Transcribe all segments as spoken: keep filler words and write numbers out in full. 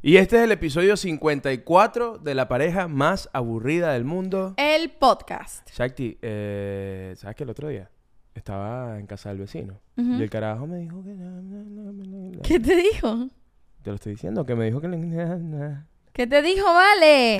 Y este es el episodio cincuenta y cuatro de la pareja más aburrida del mundo. El podcast. Shakti, eh, ¿sabes que el otro día estaba en casa del vecino? Uh-huh. Y el carajo me dijo que... ¿Qué te dijo? Te lo estoy diciendo, que me dijo que... ¿Qué te dijo, vale?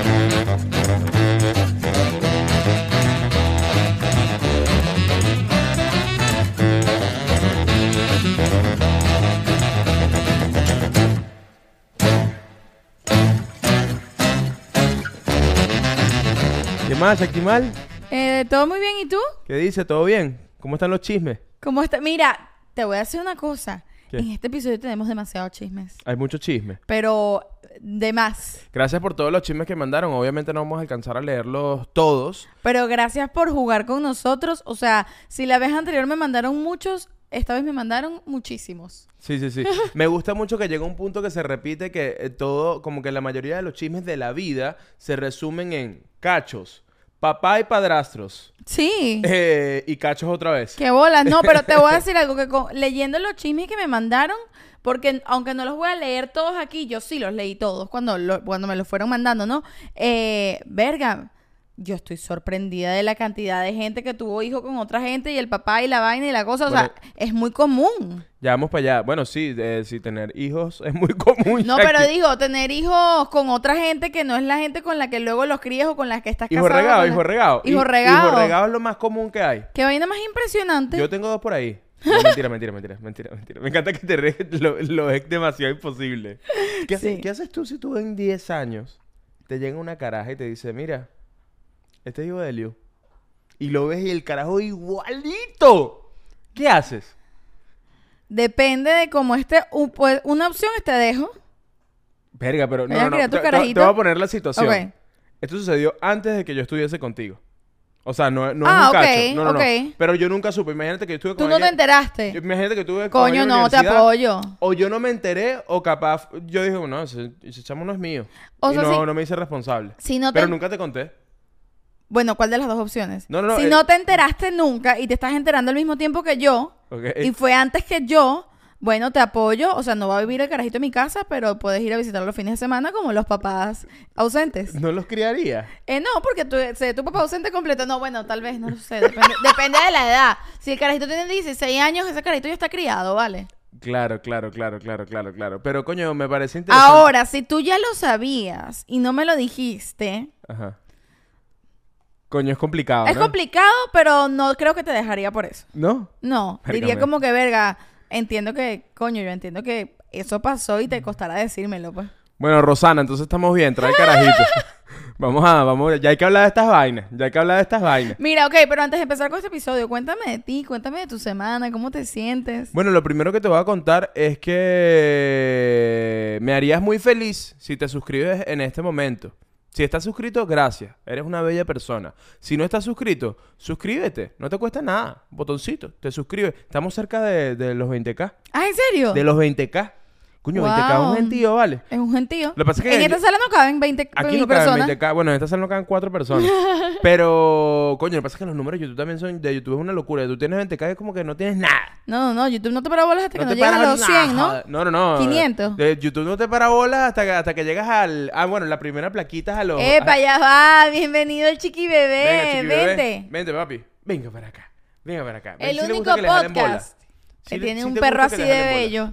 ¿Qué más, Shakti Mal? Eh, ¿todo muy bien? ¿Y tú? ¿Qué dice? ¿Todo bien? ¿Cómo están los chismes? ¿Cómo está? Mira, te voy a decir una cosa. ¿Qué? En este episodio tenemos demasiados chismes. Hay mucho chisme. Pero de más. Gracias por todos los chismes que mandaron. Obviamente no vamos a alcanzar a leerlos todos. Pero gracias por jugar con nosotros. O sea, si la vez anterior me mandaron muchos, esta vez me mandaron muchísimos. Sí, sí, sí. Me gusta mucho que llega un punto que se repite que eh, todo, como que la mayoría de los chismes de la vida se resumen en cachos, papá y padrastros. Sí. Eh, y cachos otra vez. Qué bolas. No, pero te voy a decir algo que con, leyendo los chismes que me mandaron, porque aunque no los voy a leer todos aquí, yo sí los leí todos cuando, lo, cuando me los fueron mandando, ¿no? Eh, verga, yo estoy sorprendida de la cantidad de gente que tuvo hijos con otra gente y el papá y la vaina y la cosa. O Bueno, sea, es muy común. Ya vamos para allá. Bueno, sí, eh, sí, tener hijos es muy común. No, Shakti. pero digo, tener hijos con otra gente que no es la gente con la que luego los crías o con la que estás Hijo casado. regado, con la- hijo regado. Hijo Y- regado. Hijo regado es lo más común que hay. Qué vaina más impresionante. Yo tengo dos por ahí. No, mentira, mentira, mentira, mentira, mentira. Me encanta que te ríes, lo, lo es demasiado imposible. ¿Qué, hace- Sí. ¿Qué haces tú si tú en diez años te llega una caraja y te dice, mira, este es hijo de Liu? Y lo ves y el carajo igualito. ¿Qué haces? Depende de cómo esté. Un- pues, una opción es te dejo. Verga, pero no, Ella no, no. quería tu Te, te- carajito. te voy a poner la situación. Ok. Esto sucedió antes de que yo estuviese contigo. O sea, no, no Ah, es un ok, cacho. No, no, ok. no. Pero yo nunca supe. Imagínate que yo estuve con Tú no ella- te enteraste. yo- Imagínate que tuve con Coño, ella en la no, te universidad. apoyo. O yo no me enteré, o capaz yo dije, no, ese, ese chamo no es mío. O y sea, no, si- no me hice responsable. Si no te... Pero nunca te conté. Bueno, ¿cuál de las dos opciones? No, no, no, Si eh, no te enteraste nunca y te estás enterando al mismo tiempo que yo, ¿Ok? y fue antes que yo, bueno, te apoyo. O sea, no va a vivir el carajito en mi casa, pero puedes ir a visitarlo los fines de semana como los papás ausentes. No los criaría. Eh, no, porque tu, sé, tu papá ausente completo. No, bueno, tal vez, no lo sé. Depende, depende de la edad. Si el carajito tiene dieciséis años, ese carajito ya está criado, ¿vale? Claro, claro, claro, claro, claro, claro. Pero, coño, me parece interesante. Ahora, si tú ya lo sabías y no me lo dijiste, Ajá. Coño, es complicado, es ¿no? complicado, pero no creo que te dejaría por eso. ¿No? No, Verga, diría me- como que, verga, entiendo que, coño, yo entiendo que eso pasó y te costará decírmelo, pues. Bueno, Rosana, entonces estamos bien. Trae el carajito. Vamos a, vamos, ya hay que hablar de estas vainas. Ya hay que hablar de estas vainas. Mira, ok, pero antes de empezar con este episodio, cuéntame de ti, cuéntame de tu semana, cómo te sientes. Bueno, lo primero que te voy a contar es que me harías muy feliz si te suscribes en este momento. Si estás suscrito, gracias. Eres una bella persona. Si no estás suscrito, suscríbete. No te cuesta nada. Botoncito. Te suscribes. Estamos cerca de, de los veinte k. Ah, ¿en serio? De los veinte k. Coño, Wow. veinte k es un gentío, ¿vale? Es un gentío. Lo que pasa es que en yo- esta sala no caben veinte Aquí mil no caben personas. veinte k. Bueno, en esta sala no caben cuatro personas. Pero, coño, lo que pasa es que los números de YouTube también son... De YouTube es una locura. Tú tienes veinte k y es como que no tienes nada. No, no, no, YouTube no te para bolas hasta que no, te llegas a paras los cien, ¿no? nada. No, no, no. quinientos. De YouTube no te para bolas hasta que, hasta que llegas al... Ah, bueno, la primera plaquita es a los... ¡Epa, a- ya va! Bienvenido el chiqui bebé. Venga, chiqui bebé. Vente. Vente, papi. Venga para acá. Venga para acá. Ven, El sí le único gusta que le jalen bola. podcast Sí que le- tiene sí un te perro gusta que así le de jalen bola. bello.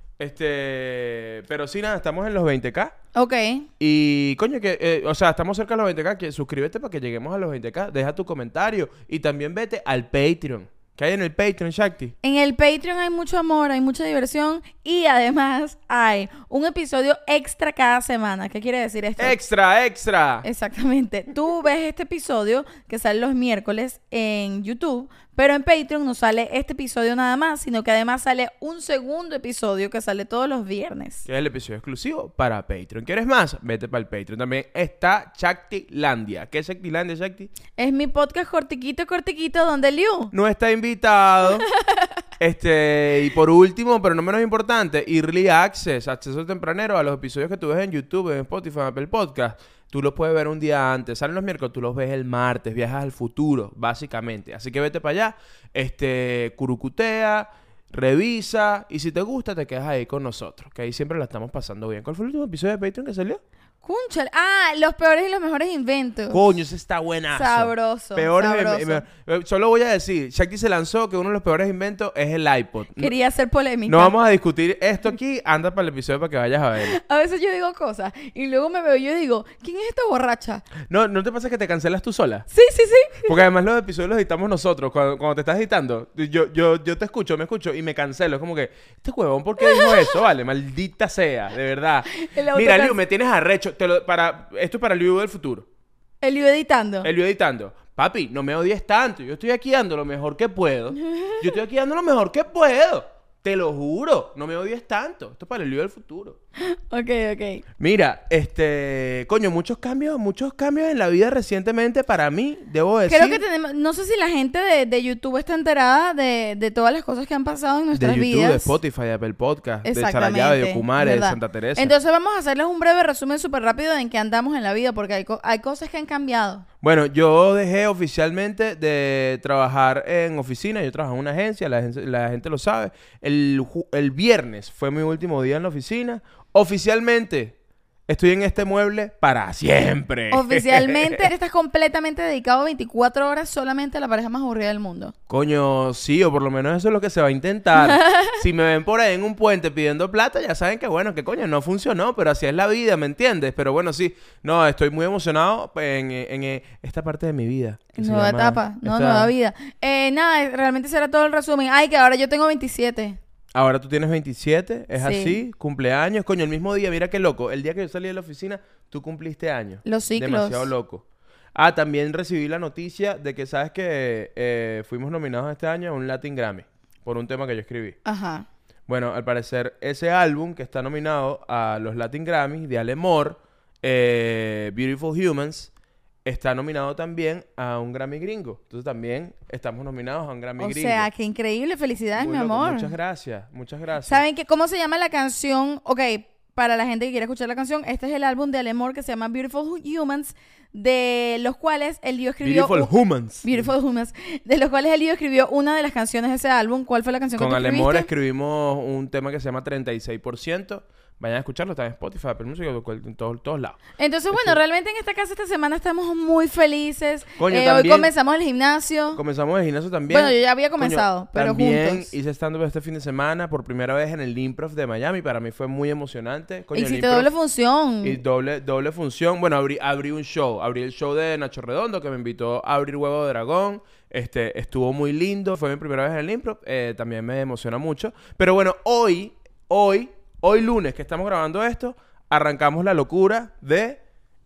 Este... Pero sí, nada, estamos en los veinte k. Ok. Y, coño, que... eh, o sea, estamos cerca de los veinte k. Que suscríbete para que lleguemos a los veinte k. Deja tu comentario. Y también vete al Patreon. ¿Qué hay en el Patreon, Shakti? En el Patreon hay mucho amor, hay mucha diversión y además hay un episodio extra cada semana. ¿Qué quiere decir esto? ¡Extra, extra! Exactamente. Tú ves este episodio que sale los miércoles en YouTube, pero en Patreon no sale este episodio nada más, sino que además sale un segundo episodio que sale todos los viernes. Que es el episodio exclusivo para Patreon. ¿Quieres más? Vete para el Patreon. También está Shaktilandia. ¿Qué es Shaktilandia, Shakti? Es mi podcast cortiquito, cortiquito, donde Liu. No está invitado. este, y por último, pero no menos importante, Early Access, acceso tempranero a los episodios que tú ves en YouTube, en Spotify, en Apple Podcast. Tú los puedes ver un día antes. Salen los miércoles, tú los ves el martes. Viajas al futuro, básicamente. Así que vete para allá. Este, curucutea. revisa y si te gusta te quedas ahí con nosotros, que ahí siempre la estamos pasando bien. ¿Cuál fue el último episodio de Patreon que salió? Cúnchale. Ah, los peores y los mejores inventos. Coño, ese está buenazo. Sabroso. Peores sabroso. em- em- solo voy a decir, Shakti se lanzó que uno de los peores inventos es el iPod. Quería hacer polémica. No vamos a discutir esto aquí, anda para el episodio para que vayas a ver. A veces yo digo cosas y luego me veo y yo digo, ¿quién es esta borracha? No, ¿no te pasa que te cancelas tú sola? Sí, sí, sí. Porque además los episodios los editamos nosotros. Cuando, cuando te estás editando, yo, yo, yo te escucho, me escucho y me cancelo. Es como que, este huevón, ¿por qué dijo eso? Vale, maldita sea, de verdad. El Mira, autocan- Liu, me tienes arrecho. Te lo, para, esto es para el Liu del futuro. El iba editando. El Liu editando. Papi, no me odies tanto. Yo estoy aquí dando lo mejor que puedo. Yo estoy aquí dando lo mejor que puedo. Te lo juro. No me odies tanto. Esto es para el Liu del futuro. Ok, ok. Mira, este... Coño, muchos cambios, muchos cambios en la vida recientemente para mí, debo decir. Creo que tenemos, no sé si la gente de, de YouTube está enterada de, de todas las cosas que han pasado en de nuestras YouTube, vidas. de Spotify, de Apple Podcast, de Exactamente, Charallave, de Ocumare, de ¿verdad? Santa Teresa. Entonces vamos a hacerles un breve resumen súper rápido de en qué andamos en la vida, porque hay, co- hay cosas que han cambiado. Bueno, yo dejé oficialmente de trabajar en oficina. Yo trabajo en una agencia, la, agencia- la gente lo sabe. El, ju- el viernes fue mi último día en la oficina. Oficialmente estoy en este mueble para siempre. Oficialmente estás completamente dedicado veinticuatro horas solamente a la pareja más aburrida del mundo. Coño, sí, o por lo menos eso es lo que se va a intentar. Si me ven por ahí en un puente pidiendo plata, ya saben que bueno, que coño, no funcionó, pero así es la vida, ¿me entiendes? Pero bueno, sí, no, estoy muy emocionado en, en, en esta parte de mi vida. que se Nueva llama- etapa, no, esta- nueva vida. Eh, nada, realmente será todo el resumen. Ay, que ahora yo tengo veintisiete. Ahora tú tienes veintisiete, es Sí. así, cumpleaños, coño, el mismo día, mira qué loco. El día que yo salí de la oficina, tú cumpliste años. Los ciclos. Demasiado loco. Ah, también recibí la noticia de que, ¿sabes que eh, fuimos nominados este año a un Latin Grammy por un tema que yo escribí? Ajá. Bueno, al parecer, ese álbum que está nominado a los Latin Grammys de Alemore, eh, Beautiful Humans, está nominado también a un Grammy gringo. Entonces también estamos nominados a un Grammy O gringo. sea, qué increíble. Felicidades, Muy mi loco. amor. Muchas gracias, muchas gracias. ¿Saben qué? ¿Cómo se llama la canción? Ok, para la gente que quiere escuchar la canción, este es el álbum de Alemore que se llama Beautiful Humans, de los cuales el lío escribió... Beautiful un- Humans. Beautiful Humans, de los cuales el lío escribió una de las canciones de ese álbum. ¿Cuál fue la canción Con que tú Alemore escribiste? escribimos un tema que se llama treinta y seis por ciento. Vayan a escucharlo, está en Spotify, Apple Music, en todos, todos lados. Entonces, bueno, realmente en esta casa esta semana estamos muy felices. Coño, Eh, hoy también- comenzamos el gimnasio. Comenzamos el gimnasio también. Bueno, yo ya había Coño, comenzado, pero también juntos. hice stand-up este fin de semana por primera vez en el Improv de Miami. Para mí fue muy emocionante. Coño, el Hiciste Improv- doble función. Y doble, doble función. Bueno, abrí, abrí un show. Abrí el show de Nacho Redondo, que me invitó a abrir Huevo de Dragón. Este, estuvo muy lindo. Fue mi primera vez en el Improv. Eh, también me emociona mucho. Pero bueno, hoy, hoy, hoy lunes que estamos grabando esto, arrancamos la locura de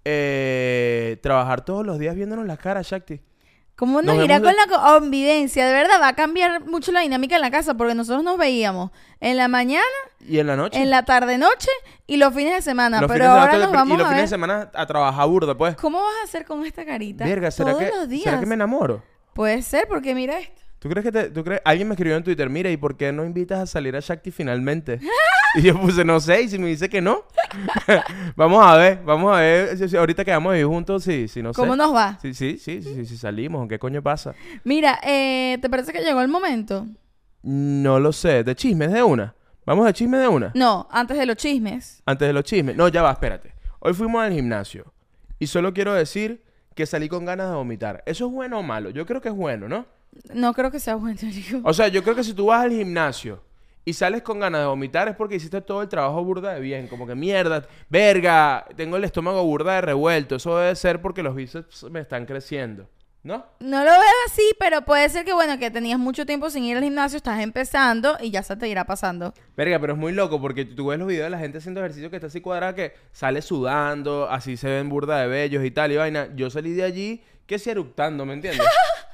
eh, trabajar todos los días viéndonos las caras, Shakti. ¿Cómo nos, Nos irá vemos con la convivencia? De verdad, va a cambiar mucho la dinámica en la casa porque nosotros nos veíamos en la mañana, Y en la noche. en la tarde-noche y los fines de semana. Los Pero fines de ahora semana- nos vamos y los a fines de ver. semana a trabajar burda, pues. ¿Cómo vas a hacer con esta carita? Verga, ¿será Todos que, los días. ¿será que me enamoro? Puede ser, porque mira esto. ¿Tú crees que te, tú crees? Alguien me escribió en Twitter, mira, ¿y por qué no invitas a salir a Shakti finalmente? Y yo puse, no sé, y si me dice que no. Vamos a ver, vamos a ver. si- si ahorita quedamos ahí juntos, sí, sí, no sé. ¿Cómo nos va? Sí, sí, sí, sí, sí, sí salimos, ¿qué coño pasa? Mira, eh, ¿te parece que llegó el momento? No lo sé, de chismes de una. Vamos de chisme de una. No, antes de los chismes. Antes de los chismes. No, ya va, espérate. Hoy fuimos al gimnasio. Y solo quiero decir que salí con ganas de vomitar. ¿Eso es bueno o malo? Yo creo que es bueno, ¿no? No creo que sea bueno, digo. O sea, yo creo que si tú vas al gimnasio y sales con ganas de vomitar es porque hiciste todo el trabajo burda de bien. Como que mierda, verga, tengo el estómago burda de revuelto. Eso debe ser porque los bíceps me están creciendo, ¿no? No lo veo así, pero puede ser que, bueno, que tenías mucho tiempo sin ir al gimnasio, estás empezando y ya se te irá pasando. Verga, pero es muy loco porque tú ves los videos de la gente haciendo ejercicio que está así cuadrada que sale sudando, así se ven burda de vellos y tal y vaina. Yo salí de allí que si eructando, ¿me entiendes?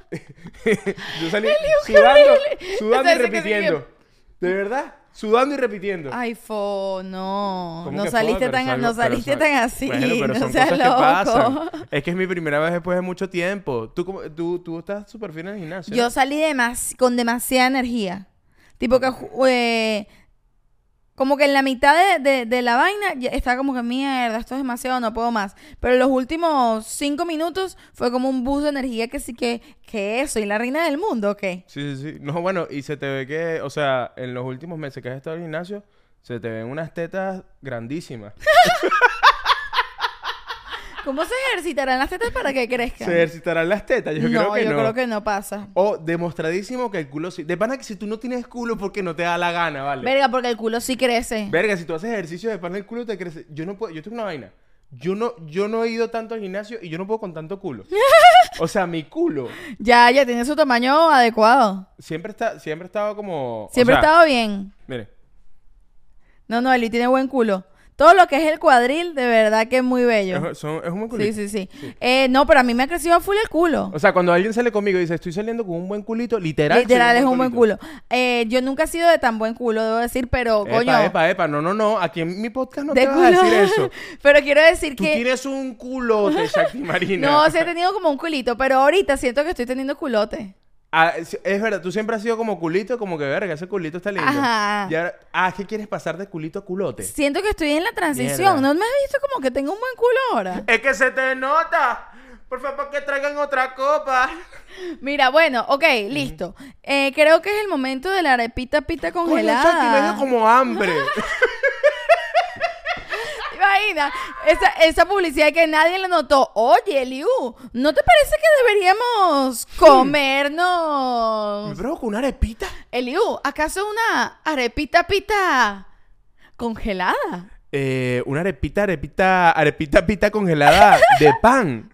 Yo salí sudando, sudando y Ese que repitiendo. De verdad, sudando y repitiendo. Ay, fo, no. ¿Cómo No que saliste fue? Pero tan, son- no pero saliste son- tan así. Bueno, pero no son seas cosas loco. que pasan. Es que es mi primera vez después de mucho tiempo. Tú, cómo- tú, tú estás súper fina en el gimnasio. Yo ¿no? salí demas- con demasiada energía. Tipo que, ju- eh, Como que en la mitad de, de, de la vaina ya estaba como que mierda, esto es demasiado, no puedo más. Pero los últimos cinco minutos fue como un boost de energía que sí que, que eso, y la reina del mundo, ¿o qué? Sí, sí, sí. No, bueno, y se te ve que, o sea, en los últimos meses que has estado en el gimnasio, se te ven unas tetas grandísimas. ¿Cómo se ejercitarán las tetas para que crezcan? ¿Se ejercitarán las tetas? Yo no, creo que yo no. creo que no pasa. O demostradísimo que el culo sí. De pana que si tú no tienes culo porque no te da la gana, ¿vale? Verga, porque el culo sí crece. Verga, si tú haces ejercicio de pana el culo te crece. Yo no puedo, yo tengo una vaina. Yo no, yo no he ido tanto al gimnasio y yo no puedo con tanto culo. O sea, mi culo Ya, ya tiene su tamaño adecuado. siempre está, siempre estaba como. Siempre o ha sea, estado bien. Mire. No, no, Eli tiene buen culo. Todo lo que es el cuadril, de verdad que es muy bello. Es, son- es un buen culito. Sí, sí, sí. Eh, no, pero a mí me ha crecido a full el culo. O sea, cuando alguien sale conmigo y dice, estoy saliendo con un buen culito, literal. Literal, soy es un buen culito. culo. Eh, yo nunca he sido de tan buen culo, debo decir, pero, Epa, coño... epa, epa. No, no, no. Aquí en mi podcast no de te vas culo. a decir eso. Pero quiero decir Tú que... tienes un culote, Shakti Marina. No, sí he tenido como un culito, pero ahorita siento que estoy teniendo culote. Ah, es es verdad, tú siempre has sido como culito, como que verga, ese culito está lindo. Ajá. Y ahora, ah, ¿qué quieres pasar de culito a culote? Siento que estoy en la transición. Mierda. ¿No me has visto como que tengo un buen culo ahora? Es que se te nota. Por favor, que traigan otra copa. Mira, bueno, ok, listo. Eh, creo que es el momento de la arepita pita Coño, congelada. Shakti, me dio como hambre. Imagina, esa, esa publicidad que nadie le notó. Oye, Liu, ¿no te parece que deberíamos ¿Me comernos? provoca una arepita? Eliu, ¿acaso una arepita pita congelada? Eh, una arepita, arepita, arepita pita congelada de pan.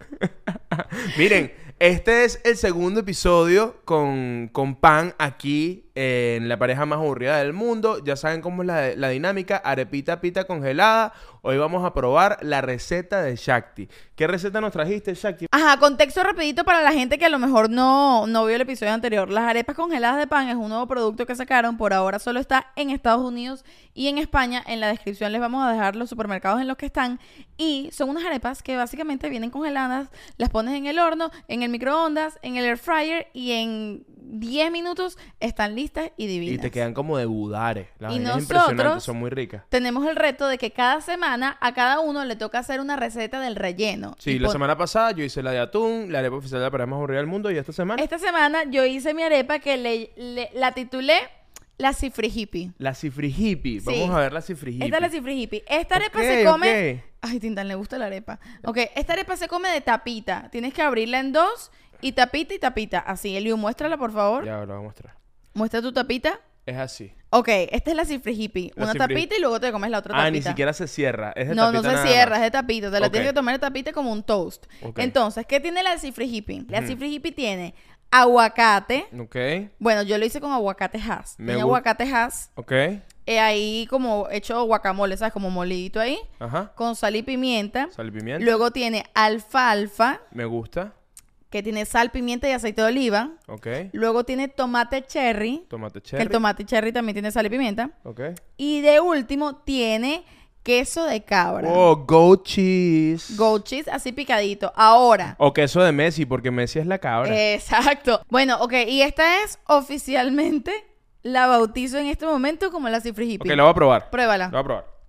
Miren, este es el segundo episodio con, con pan aquí eh, en la pareja más aburrida del mundo. Ya saben cómo es la, la dinámica, arepita pita congelada. Hoy vamos a probar la receta de Shakti. ¿Qué receta nos trajiste, Shakti? Ajá, contexto rapidito para la gente que a lo mejor no, no vio el episodio anterior. Las arepas congeladas de pan es un nuevo producto que sacaron. Por ahora solo está en Estados Unidos y en España. En la descripción les vamos a dejar los supermercados en los que están. Y son unas arepas que básicamente vienen congeladas. Las pones en el horno, en el microondas, en el air fryer y en diez minutos están listas y divinas. Y te quedan como de budares. Las Y vainas nosotros- impresionantes, son muy ricas. Tenemos el reto de que cada semana a cada uno le toca hacer una receta del relleno. Sí, Y la pon- semana pasada yo hice la de atún, la arepa oficial de la pareja más aburrida del mundo. Y esta semana, Esta semana yo hice mi arepa que le, le- la titulé la cifri hippie. la cifri hippie. Sí. Vamos a ver la cifri hippie. Esta es la cifri hippie. Esta arepa Ok, se come... ok. Ay, Tintan, le gusta la arepa. Ok, esta arepa se come de tapita. Tienes que abrirla en dos y tapita y tapita. Así, Eliu, muéstrala, por favor. Ya lo voy a mostrar. Muestra tu tapita. Es así. Ok, esta es la cifri hippie. La Una cifri- tapita y luego te comes la otra tapita. Ah, ni siquiera se cierra. Es de No, no tapita se nada cierra, más. es de tapita. Te la Ok. tienes que tomar de tapita como un toast. Ok. Entonces, ¿qué tiene la cifri hippie? La Ujú. cifri hippie tiene aguacate. Ok, Bueno, yo lo hice con aguacate Hass. Me Tiene gu- aguacate Hass. ok. eh, ahí como hecho guacamole, ¿sabes? Como molidito ahí. Ajá. Con sal y pimienta. Sal y pimienta. Luego tiene alfalfa, Me gusta. que tiene sal, pimienta y aceite de oliva. Ok. Luego tiene tomate cherry, Tomate que cherry. el tomate cherry también tiene sal y pimienta. Ok. Y de último tiene queso de cabra. Oh, goat cheese. Goat cheese así picadito. Ahora. O queso de Messi, porque Messi es la cabra. Exacto. Bueno, ok. Y esta es oficialmente, la bautizo en este momento como la cifri ok, hippie. la voy a probar. Pruébala. La voy a probar.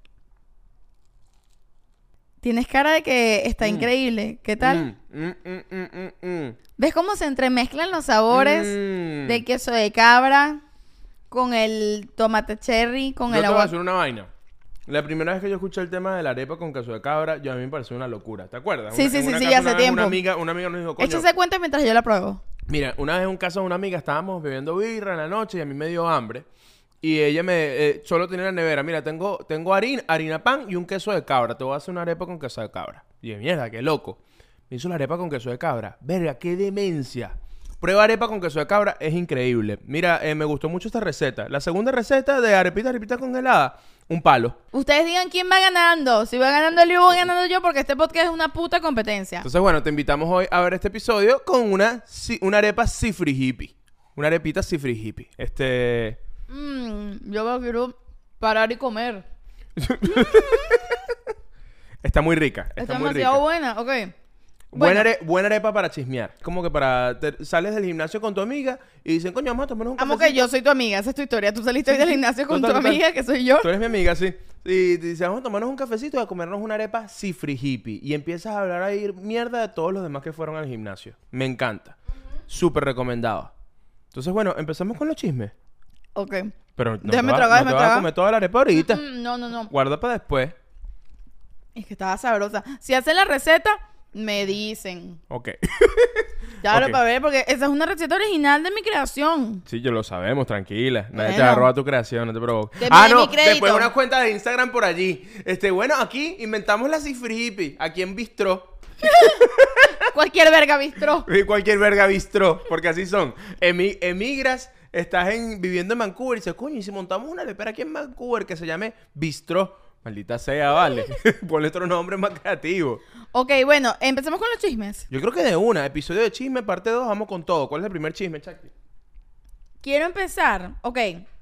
Tienes cara de que está Mm. increíble. ¿Qué tal? Mm, mm, mm, mm, mm, mm. ¿Ves cómo se entremezclan los sabores Mm. del queso de cabra con el tomate cherry, con Yo el te voy a agua? hacer una vaina. La primera vez que yo escuché el tema de la arepa con queso de cabra, yo a mí me pareció una locura. ¿Te acuerdas? Sí, Una- sí, en sí, una sí, casa ya una hace vez tiempo. Una amiga, una amiga nos dijo, coño, Échase cuenta mientras yo la pruebo. mira, una vez en un caso de una amiga estábamos bebiendo birra en la noche y a mí me dio hambre. Y ella me... eh, solo tenía en la nevera. Mira, tengo, tengo harina, harina pan y un queso de cabra. Te voy a hacer una arepa con queso de cabra. Y dije, mierda, qué loco. Me hizo la arepa con queso de cabra. Verga, qué demencia. Prueba arepa con queso de cabra. Es increíble. Mira, eh, me gustó mucho esta receta. La segunda receta de arepita, arepita congelada. Un palo. Ustedes digan quién va ganando. Si va ganando el voy ganando yo, porque este podcast es una puta competencia. Entonces, bueno, te invitamos hoy a ver este episodio con una, ci- una arepa cifri hippie. Una arepita cifri hippie. Este... Mmm, yo me quiero parar y comer. Está muy rica. Está, Está muy demasiado rica. buena. Ok. Buena, Bueno. are- buena arepa para chismear. Como que para... te- sales del gimnasio con tu amiga y dicen, coño, vamos a tomarnos un Amo cafecito. que yo soy tu amiga, esa es tu historia. Tú saliste hoy del gimnasio con Total, tu total. amiga, que soy yo. Tú eres mi amiga, sí. Y te dice, vamos a tomarnos un cafecito y a comernos una arepa cifri hippie. Y empiezas a hablar ahí mierda de todos los demás que fueron al gimnasio. Me encanta. Súper recomendado. Entonces, bueno, empezamos con los chismes. Ok. Pero no Déjame te, va- tragar, no te déjame vas a tragar. comer toda la arepa ahorita. Mm, no, no, no. Guarda para después. Es que estaba sabrosa. Si hacen la receta, me dicen. Ok. Claro, Ok. para ver, porque esa es una receta original de mi creación. Sí, yo lo sabemos, tranquila. Nadie te Bueno. va a robar tu creación, no te preocupes. Deme Ah, mi no, crédito. después una cuenta de Instagram por allí. Este, bueno, aquí inventamos la cifri hippie. Aquí en Bistró. Cualquier verga bistró. Y cualquier verga Bistró. Porque así son. Emi- emigras, estás en, viviendo en Vancouver y dices, coño, y si montamos una arepera aquí en Vancouver que se llame Bistró. Maldita sea, vale. Ponle otro nombre más creativo. Ok, bueno, empecemos con los chismes. Yo creo que de una, episodio de chisme, parte dos, vamos con todo. ¿Cuál es el primer chisme, Chucky? Quiero empezar. Ok.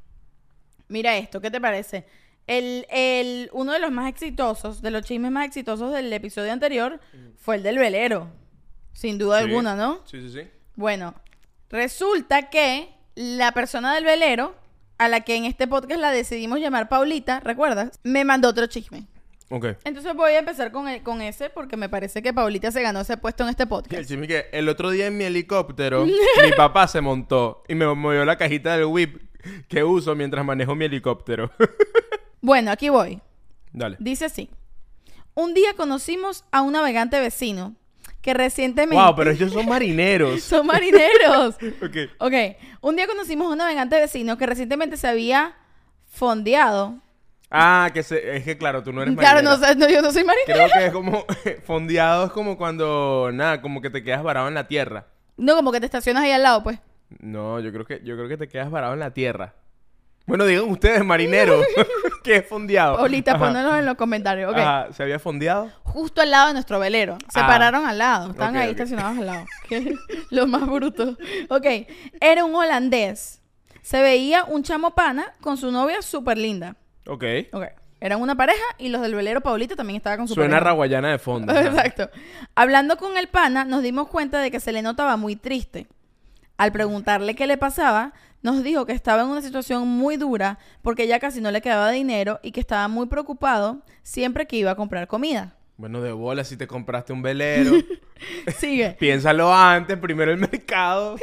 Mira esto, ¿qué te parece? El, el, uno de los más exitosos, de los chismes más exitosos del episodio anterior, fue el del velero. Sin duda Sí. alguna, ¿no? Sí, sí, sí. Bueno, resulta que la persona del velero, a la que en este podcast la decidimos llamar Paulita, ¿recuerdas? Me mandó otro chisme. Ok. Entonces voy a empezar con, el- con ese porque me parece que Paulita se ganó ese puesto en este Y el podcast. chisme que el otro día en mi helicóptero, mi papá se montó y me movió la cajita del whip que uso mientras manejo mi helicóptero. Bueno, aquí voy. Dale. Dice así. Un día conocimos a un navegante vecino que recientemente... Wow, pero ellos son marineros. Son marineros. Ok. Ok. Un día conocimos a un navegante vecino que recientemente se había fondeado. Ah, que se, es que claro, tú no eres Claro, marinera. no, sé, no, yo no soy marinero. Creo que es como fondeado es como cuando nada, como que te quedas varado en la tierra. No, como que te estacionas ahí al lado, pues. No, yo creo que yo creo que te quedas varado en la tierra. Bueno, digan ustedes, marineros, ¿qué es fondeado? Paulita, Ajá. pónganos en los comentarios. Ok. Ajá, ¿se había fondeado? Justo al lado de nuestro velero. Se Ah. pararon al lado. Estaban Ok, ahí ok. estacionados al lado. Que lo más bruto. Ok. Era un holandés. Se veía un chamo pana con su novia súper linda. Ok. Ok. Eran una pareja y los del velero Paulita también estaba con su Suena pareja. raguayana de fondo. ajá. Exacto. Hablando con el pana, nos dimos cuenta de que se le notaba muy triste. Al preguntarle qué le pasaba, nos dijo que estaba en una situación muy dura porque ya casi no le quedaba dinero y que estaba muy preocupado siempre que iba a comprar comida. Bueno, de bola, si te compraste un velero, Sigue. piénsalo antes, primero el mercado.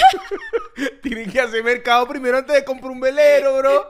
Tienes que hacer mercado primero antes de comprar un velero, bro.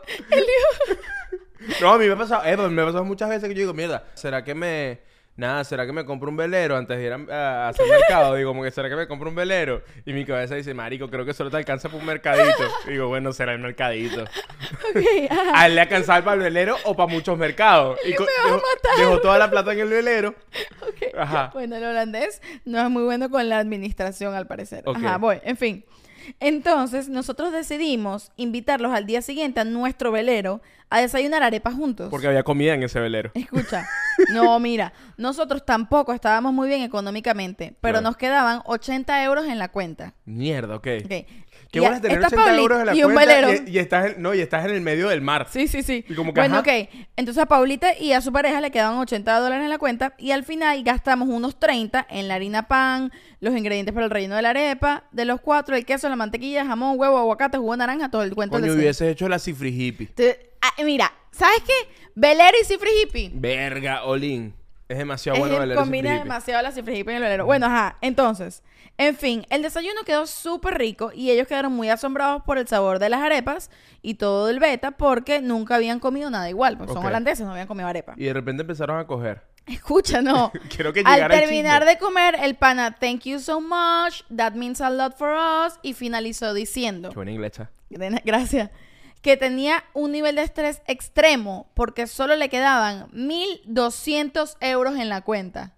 No, a mí me ha pasado, eh, me ha pasado muchas veces que yo digo, mierda, ¿será que me, nada, será que me compro un velero antes de ir a, a hacer mercado? Digo, como que ¿será que me compro un velero? Y mi cabeza dice, marico, creo que solo te alcanza para un mercadito. Y digo, bueno, será el mercadito. Ok, ajá. A él le alcanzaba para el velero o para muchos mercados. Y co- dejó, dejó toda la plata en el velero. Ok. Ajá. Bueno, el holandés no es muy bueno con la administración, al parecer. Ok. Ajá, voy. En fin. Entonces, nosotros decidimos invitarlos al día siguiente a nuestro velero a desayunar arepas juntos. Porque había comida en ese velero. Escucha, no, mira, nosotros tampoco estábamos muy bien económicamente, pero Claro. nos quedaban ochenta euros en la cuenta. Mierda, ok. Ok. Qué Y buenas a- tener está ochenta Pauli euros en la y un cuenta velero. y, y estás en, no, y estás en el medio del mar. Sí, sí, sí. Y como que, Bueno, ajá. ok. Entonces a Paulita y a su pareja le quedaban ochenta dólares en la cuenta y al final gastamos unos treinta en la harina pan, los ingredientes para el relleno de la arepa, de los cuatro, el queso, la mantequilla, jamón, huevo, aguacate, jugo de naranja, todo el cuento Coño, del desayuno. hubiese hecho la cifri hippie. Te- ah, mira, ¿sabes qué? Velero y cifri hippie. Verga, Olin. Es demasiado Es bueno el- velero y combina cifri hippie. demasiado la cifra hippie en el velero. Bueno, ajá. Entonces, en fin, el desayuno quedó súper rico y ellos quedaron muy asombrados por el sabor de las arepas y todo el beta porque nunca habían comido nada igual. Pues son Ok. holandeses, no habían comido arepa. Y de repente empezaron a coger. Escucha, no. Quiero que Al llegara el terminar chisme. de comer, el pana, thank you so much, that means a lot for us, y finalizó diciendo, Qué buena inglesa. gracias, que tenía un nivel de estrés extremo porque solo le quedaban mil doscientos euros en la cuenta.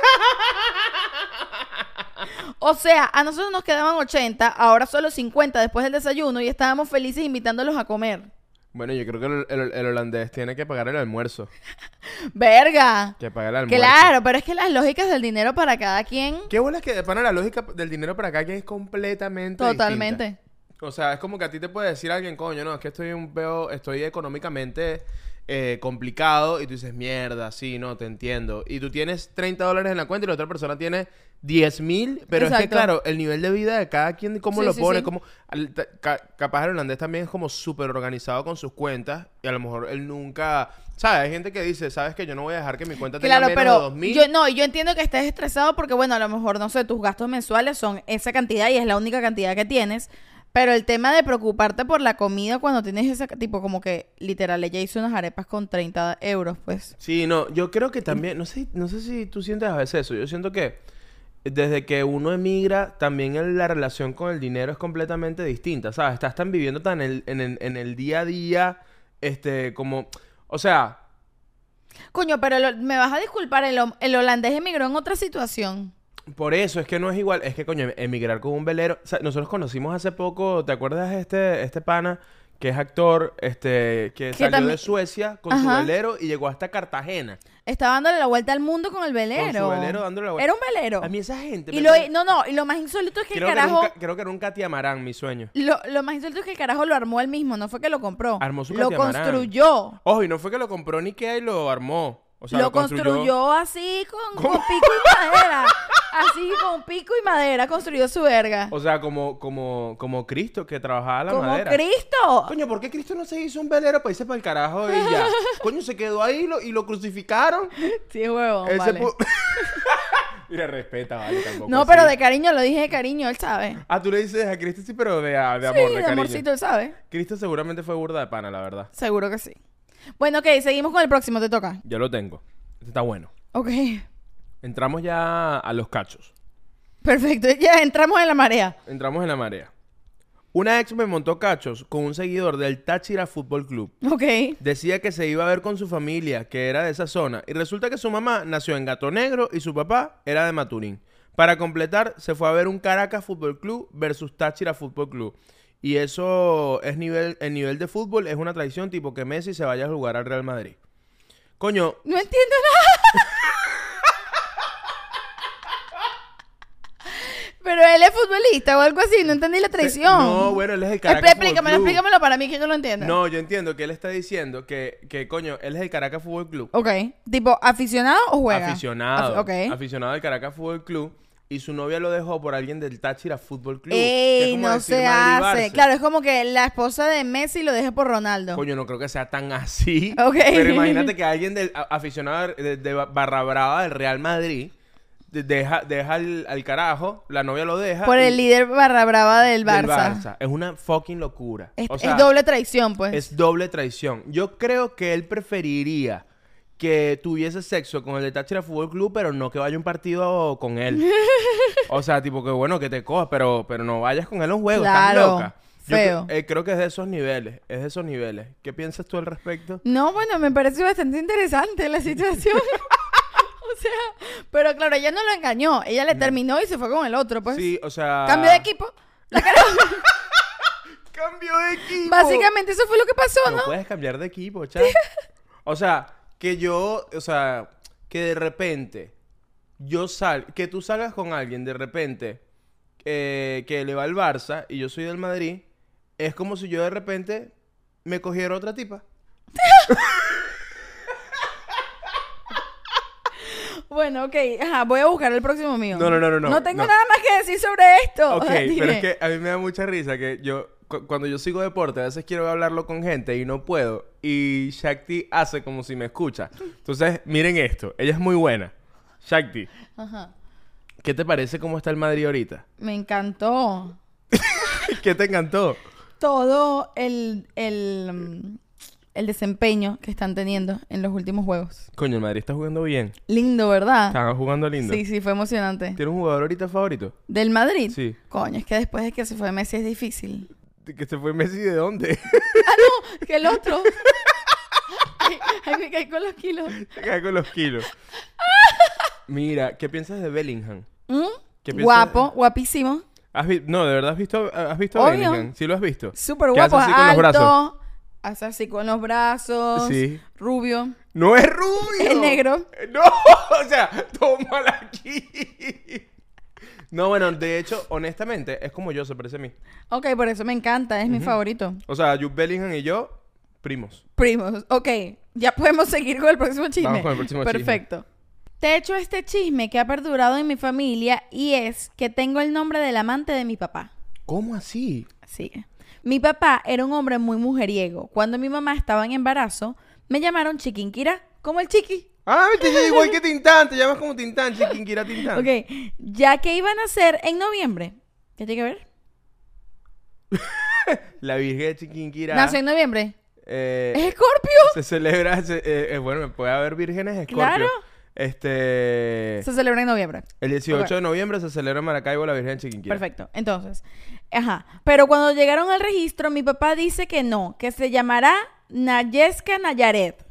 O sea, a nosotros nos quedaban ochenta, ahora solo cincuenta después del desayuno y estábamos felices invitándolos a comer. Bueno, yo creo que el, el- el holandés tiene que pagar el almuerzo. ¡Verga! Que pague el almuerzo. Claro, pero es que las lógicas del dinero para cada quien, Qué bola es que de pana la lógica del dinero para acá que es completamente totalmente. distinta. O sea, es como que a ti te puede decir alguien, coño, no, es que estoy un peo, estoy económicamente eh, complicado y tú dices, mierda, sí, no, te entiendo. Y tú tienes treinta dólares en la cuenta y la otra persona tiene diez mil, pero es que, Exacto. claro, el nivel de vida de cada quien, cómo Sí, lo sí, pone, sí. cómo... al- ta- ca- capaz el holandés también es como súper organizado con sus cuentas y a lo mejor él nunca... ¿Sabes? Hay gente que dice, ¿sabes qué? Yo no voy a dejar que mi cuenta tenga Claro, menos de pero dos mil. yo no, yo entiendo que estés estresado porque, bueno, a lo mejor, no sé, tus gastos mensuales son esa cantidad y es la única cantidad que tienes. Pero el tema de preocuparte por la comida cuando tienes ese tipo, como que literal, ella hizo unas arepas con treinta euros, pues. Sí, no, yo creo que también, no sé, no sé si tú sientes a veces eso, yo siento que desde que uno emigra, también el- la relación con el dinero es completamente distinta, ¿sabes? Estás tan viviendo tan el- en, el, en el día a día, este, como, o sea, Coño, pero lo- me vas a disculpar, el, hom- el holandés emigró en otra situación. por eso es que no es igual, es que coño, emigrar con un velero, o sea, nosotros conocimos hace poco, ¿te acuerdas de este, este pana? Que es actor, este, que salió de también- Suecia con su Ajá. velero y llegó hasta Cartagena. Estaba dándole la vuelta al mundo con el Con velero. su velero dándole la vuelta. Era un velero. A mí esa gente... Y me lo, parece- no, no, y lo más insólito es que creo, el que era un carajo... ca- creo que era un catiamarán, mi sueño. Lo, lo más insólito es que el carajo lo armó él mismo, no fue que lo compró. Armó su Lo catiamarán. construyó. Ojo, y no fue que lo compró ni que y lo armó. O sea, lo lo construyó, así con, con pico y madera. Así con pico y madera construyó su verga. O sea, como, como, como Cristo que trabajaba la Como madera. Cristo. Coño, ¿por qué Cristo no se hizo un velero para irse para el carajo y ya? Coño, se quedó ahí y lo, y lo crucificaron. Sí, huevón, Él se vale. pu- Mira, respeta, vale, tampoco No, así. pero de cariño, lo dije de cariño, él sabe. Ah, tú le dices a Cristo sí, pero de, de amor, Sí, de de cariño. amorcito, él sabe. Cristo seguramente fue burda de pana, la verdad. Seguro que sí. Bueno, ok, seguimos con el próximo, te toca. Yo lo tengo. Este está bueno. Ok, Entramos ya a los cachos. perfecto, ya entramos en la marea. Entramos en la marea. Una ex me montó cachos con un seguidor del Táchira Fútbol Club. Ok. Decía que se iba a ver con su familia, que era de esa zona. Y resulta que su mamá nació en Gato Negro y su papá era de Maturín. Para completar, se fue a ver un Caracas Fútbol Club versus Táchira Fútbol Club. Y eso es nivel, el nivel de fútbol, es una tradición tipo que Messi se vaya a jugar al Real Madrid. Coño, No entiendo nada. Pero él es futbolista o algo así, no entendí la traición. no, bueno, él es el Expl- Caracas Fútbol Explícamelo, Club. explícamelo para mí que yo lo entienda. No, yo entiendo que él está diciendo que, que coño, él es el Caracas Fútbol Club. Ok, tipo, ¿aficionado o juega? Aficionado. Af- ok. Aficionado del Caracas Fútbol Club. Y su novia lo dejó por alguien del Táchira Fútbol Club. que es Ey, como no decir se Madrid-Barça. hace. Claro, es como que la esposa de Messi lo deje por Ronaldo. Coño, no creo que sea tan así. Ok. Pero imagínate que alguien del a- aficionado de, de Barra Brava del Real Madrid de- deja, deja al, al carajo, la novia lo deja. Por y- el líder barra brava del del Barça. Es una fucking locura. Es, O sea, es doble traición, pues. es doble traición. Yo creo que él preferiría que tuviese sexo con el de Táchira Fútbol Club, pero no que vaya a un partido con él. O sea, tipo que bueno, que te cojas, pero, pero no vayas con él a un juego. Claro, Estás loca. Yo feo. cre- eh, creo que es de esos niveles. Es de esos niveles. ¿Qué piensas tú al respecto? No, bueno, me parece bastante interesante la situación. O sea, pero claro, ella no lo engañó. Ella le terminó y se fue con el otro, pues. Sí, o sea... Cambio de equipo. La cara- ¡Cambio de equipo! Básicamente eso fue lo que pasó, No ¿no? puedes cambiar de equipo, chaval. O sea, que yo... O sea, que de repente... Yo sal... Que tú salgas con alguien de repente... eh, que le va al Barça y yo soy del Madrid... Es como si yo de repente... Me cogiera otra tipa. Bueno, ok. Ajá, voy a buscar el próximo mío. No, no, no, no, no. No tengo No. nada más que decir sobre esto. Ok, Dime. pero es que a mí me da mucha risa que yo... cu- Cuando yo sigo deporte, a veces quiero hablarlo con gente y no puedo. Y Shakti hace como si me escucha. Entonces, miren esto. Ella es muy buena. Shakti, Ajá. ¿qué te parece cómo está el Madrid ahorita? Me encantó. ¿Qué te encantó? Todo el, el, mm, el desempeño que están teniendo en los últimos juegos. Coño, el Madrid está jugando bien. Lindo, ¿verdad? Están jugando lindo. Sí, sí, fue emocionante. ¿Tienes un jugador ahorita favorito? ¿Del Madrid? Sí. Coño, es que después de que se fue Messi es difícil. ¿De ¿Que se fue Messi de dónde? ¡Ah, no! ¡Que el otro! ay, ay, me caí con los kilos. Se cae con los kilos. Mira, ¿qué piensas de Bellingham? ¿Mm? ¿Qué piensas? Guapo, guapísimo. ¿Has vi- no, de verdad has visto, has visto a Obvio. Bellingham. ¿Sí lo has visto? Súper Que hace guapo, así con los brazos. alto. Hace así con los brazos. Sí. Rubio. ¡No es rubio! Es negro. ¡No! O sea, tómala aquí. No, bueno, de hecho, honestamente, es como yo, se parece a mí. Ok, por eso me encanta. Es mi favorito. O sea, Jude Bellingham y yo, primos. Primos. Ok, ya podemos seguir con el próximo chisme. Vamos con el próximo chisme. Perfecto. Te echo este chisme que ha perdurado en mi familia y es que tengo el nombre del amante de mi papá. ¿Cómo así? Sí. Mi papá era un hombre muy mujeriego. Cuando mi mamá estaba en embarazo, me llamaron Chiquinquirá, como el chiqui. Ah, te llamas igual que Tintán, te llamas como Tintán, Chiquinquirá Tintán. Ok, ya que iban a ser en noviembre. ¿Qué tiene que ver? La Virgen de Chiquinquirá. Nació en noviembre. eh, ¿Es Escorpio? Se celebra, se- eh, eh, bueno, puede haber vírgenes Escorpio. Claro. Este... Se celebra en noviembre. El dieciocho Ok. de noviembre se celebra en Maracaibo la Virgen de Chiquinquirá. Perfecto. Entonces, ajá. Pero cuando llegaron al registro, mi papá dice que no, que se llamará Nayesca Nayaret.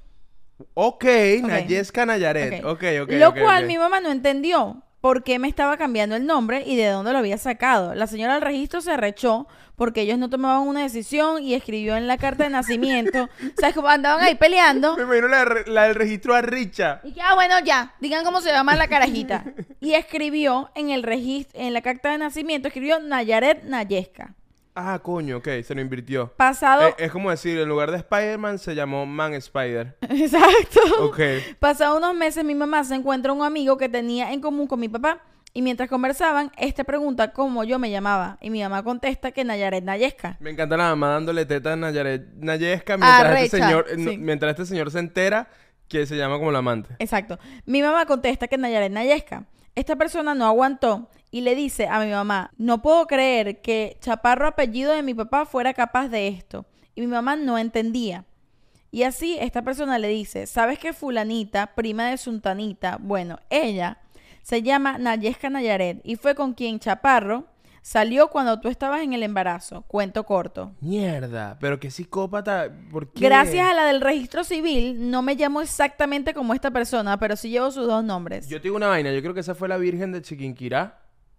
Ok, Nayesca Nayaret. Ok. Ok, ok, Lo ok, cual ok. mi mamá no entendió por qué me estaba cambiando el nombre y de dónde lo había sacado. La señora del registro se arrechó porque ellos no tomaban una decisión y escribió en la carta de nacimiento. O sea, como andaban ahí peleando. Me imagino la, de re- la del registro a Richa. Y que, ah, bueno, ya, digan cómo se llama la carajita. Y escribió en el registro, en la carta de nacimiento, escribió Nayaret Nayesca. Ah, coño, ok, se lo invirtió. Pasado... Eh, es como decir, en lugar de Spider-Man se llamó Man Spider. Exacto. Ok. Pasados unos meses, mi mamá se encuentra un amigo que tenía en común con mi papá. Y mientras conversaban, este pregunta cómo yo me llamaba. Y mi mamá contesta que Nayaret Nayesca. Me encanta la mamá dándole teta a Nayaret Nayesca mientras Arrecha, este señor, eh, no- sí. mientras este señor se entera que se llama como la amante. Exacto. Mi mamá contesta que Nayaret Nayesca. Esta persona no aguantó y le dice a mi mamá, no puedo creer que Chaparro apellido de mi papá fuera capaz de esto. Y mi mamá no entendía. Y así esta persona le dice, ¿sabes que fulanita, prima de Sultanita? Bueno, ella se llama Nayesca Nayaret y fue con quien Chaparro salió cuando tú estabas en el embarazo. Cuento corto. Mierda, pero qué psicópata, ¿por qué? Gracias a la del registro civil, no me llamo exactamente como esta persona, pero sí llevo sus dos nombres. Yo te digo una vaina, yo creo que esa fue la Virgen de Chiquinquirá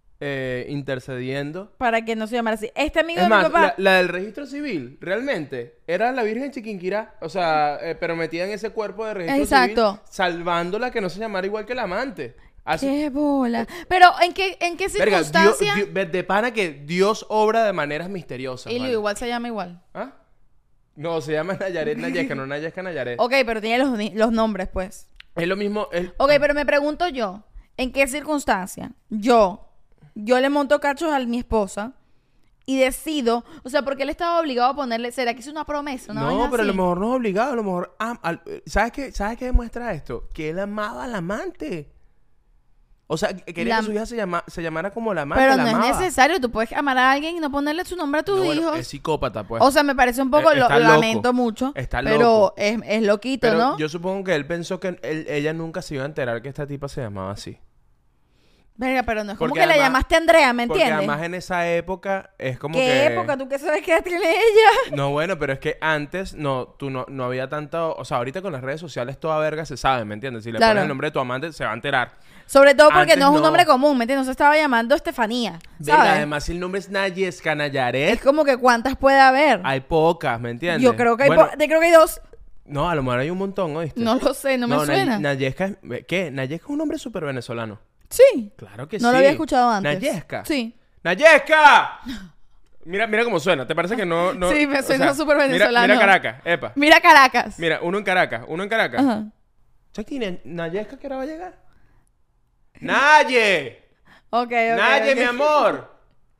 eh, intercediendo. Para que no se llamara así. Este amigo Es de mi más, papá... la, la del registro civil, realmente, era la Virgen de Chiquinquirá, o sea, eh, pero metida en ese cuerpo de registro Exacto. civil, salvándola que no se llamara igual que la amante. Así- ¡Qué bola! Pero, ¿en qué, en qué Verga, Dios- circunstancia? Dios- de pana que Dios obra de maneras misteriosas. Y mano. igual se llama igual. ¿Ah? No, se llama Nayaret Nayesca, no Nayesca Nayaret. Ok, pero tiene los, ni- los nombres, pues. Es lo mismo. Es... Ok, pero me pregunto yo, ¿en qué circunstancia? Yo, yo le monto cachos a mi esposa y decido, o sea, porque él estaba obligado a ponerle, ¿será que es una promesa? Una No, vaina pero a lo así? mejor no es obligado, a lo mejor... am- al- ¿Sabes qué? ¿Sabes qué demuestra esto? Que él amaba al amante. O sea, que quería La- que su hija se, llama, se llamara como la amante, Pero la no amaba. es necesario, tú puedes amar a alguien y no ponerle su nombre a tus No, bueno, hijos. es psicópata, pues. O sea, me parece un poco, Eh, lo, está lo loco. lamento mucho, Está pero loco. es, es loquito, Pero ¿no? yo supongo que él pensó que él- ella nunca se iba a enterar que esta tipa se llamaba así. Verga, pero no es como Porque que le además- llamaste Andrea, ¿me Porque entiendes? además en esa época es como ¿Qué que... época? ¿Tú qué sabes qué edad tiene ella? No, bueno, pero es que antes no, tú no, no había tanto... O sea, ahorita con las redes sociales toda verga se sabe, ¿me entiendes? Si le Claro. pones el nombre de tu amante, se va a enterar. Sobre todo porque Antes no es un no. nombre común, ¿me entiendes? No se estaba llamando Estefanía, Verga, ¿sabes? además, si el nombre es Nayesca Es Nayaret, como que ¿cuántas puede haber? hay pocas, ¿me entiendes? Yo creo que hay, Bueno, po- te creo que hay dos. no, a lo mejor hay un montón, ¿oíste? No lo sé, no me Nay- suena. Nayesca, es- ¿qué? Nayesca es un nombre súper venezolano. Sí. Claro que sí. No lo había escuchado antes. Nayesca. Sí. ¡Nayesca! Mira, mira cómo suena. ¿Te parece que no...? no Sí, me o suena sea, súper mira- venezolano. Mira, Caracas, epa. Mira Caracas. Mira, uno en Caracas, uno en Caracas. Ajá. ¿Sabes quién es? ¿Nayesca qué hora va a llegar? ¡Naye! Ok, ok. ¡Naye, ok. mi amor!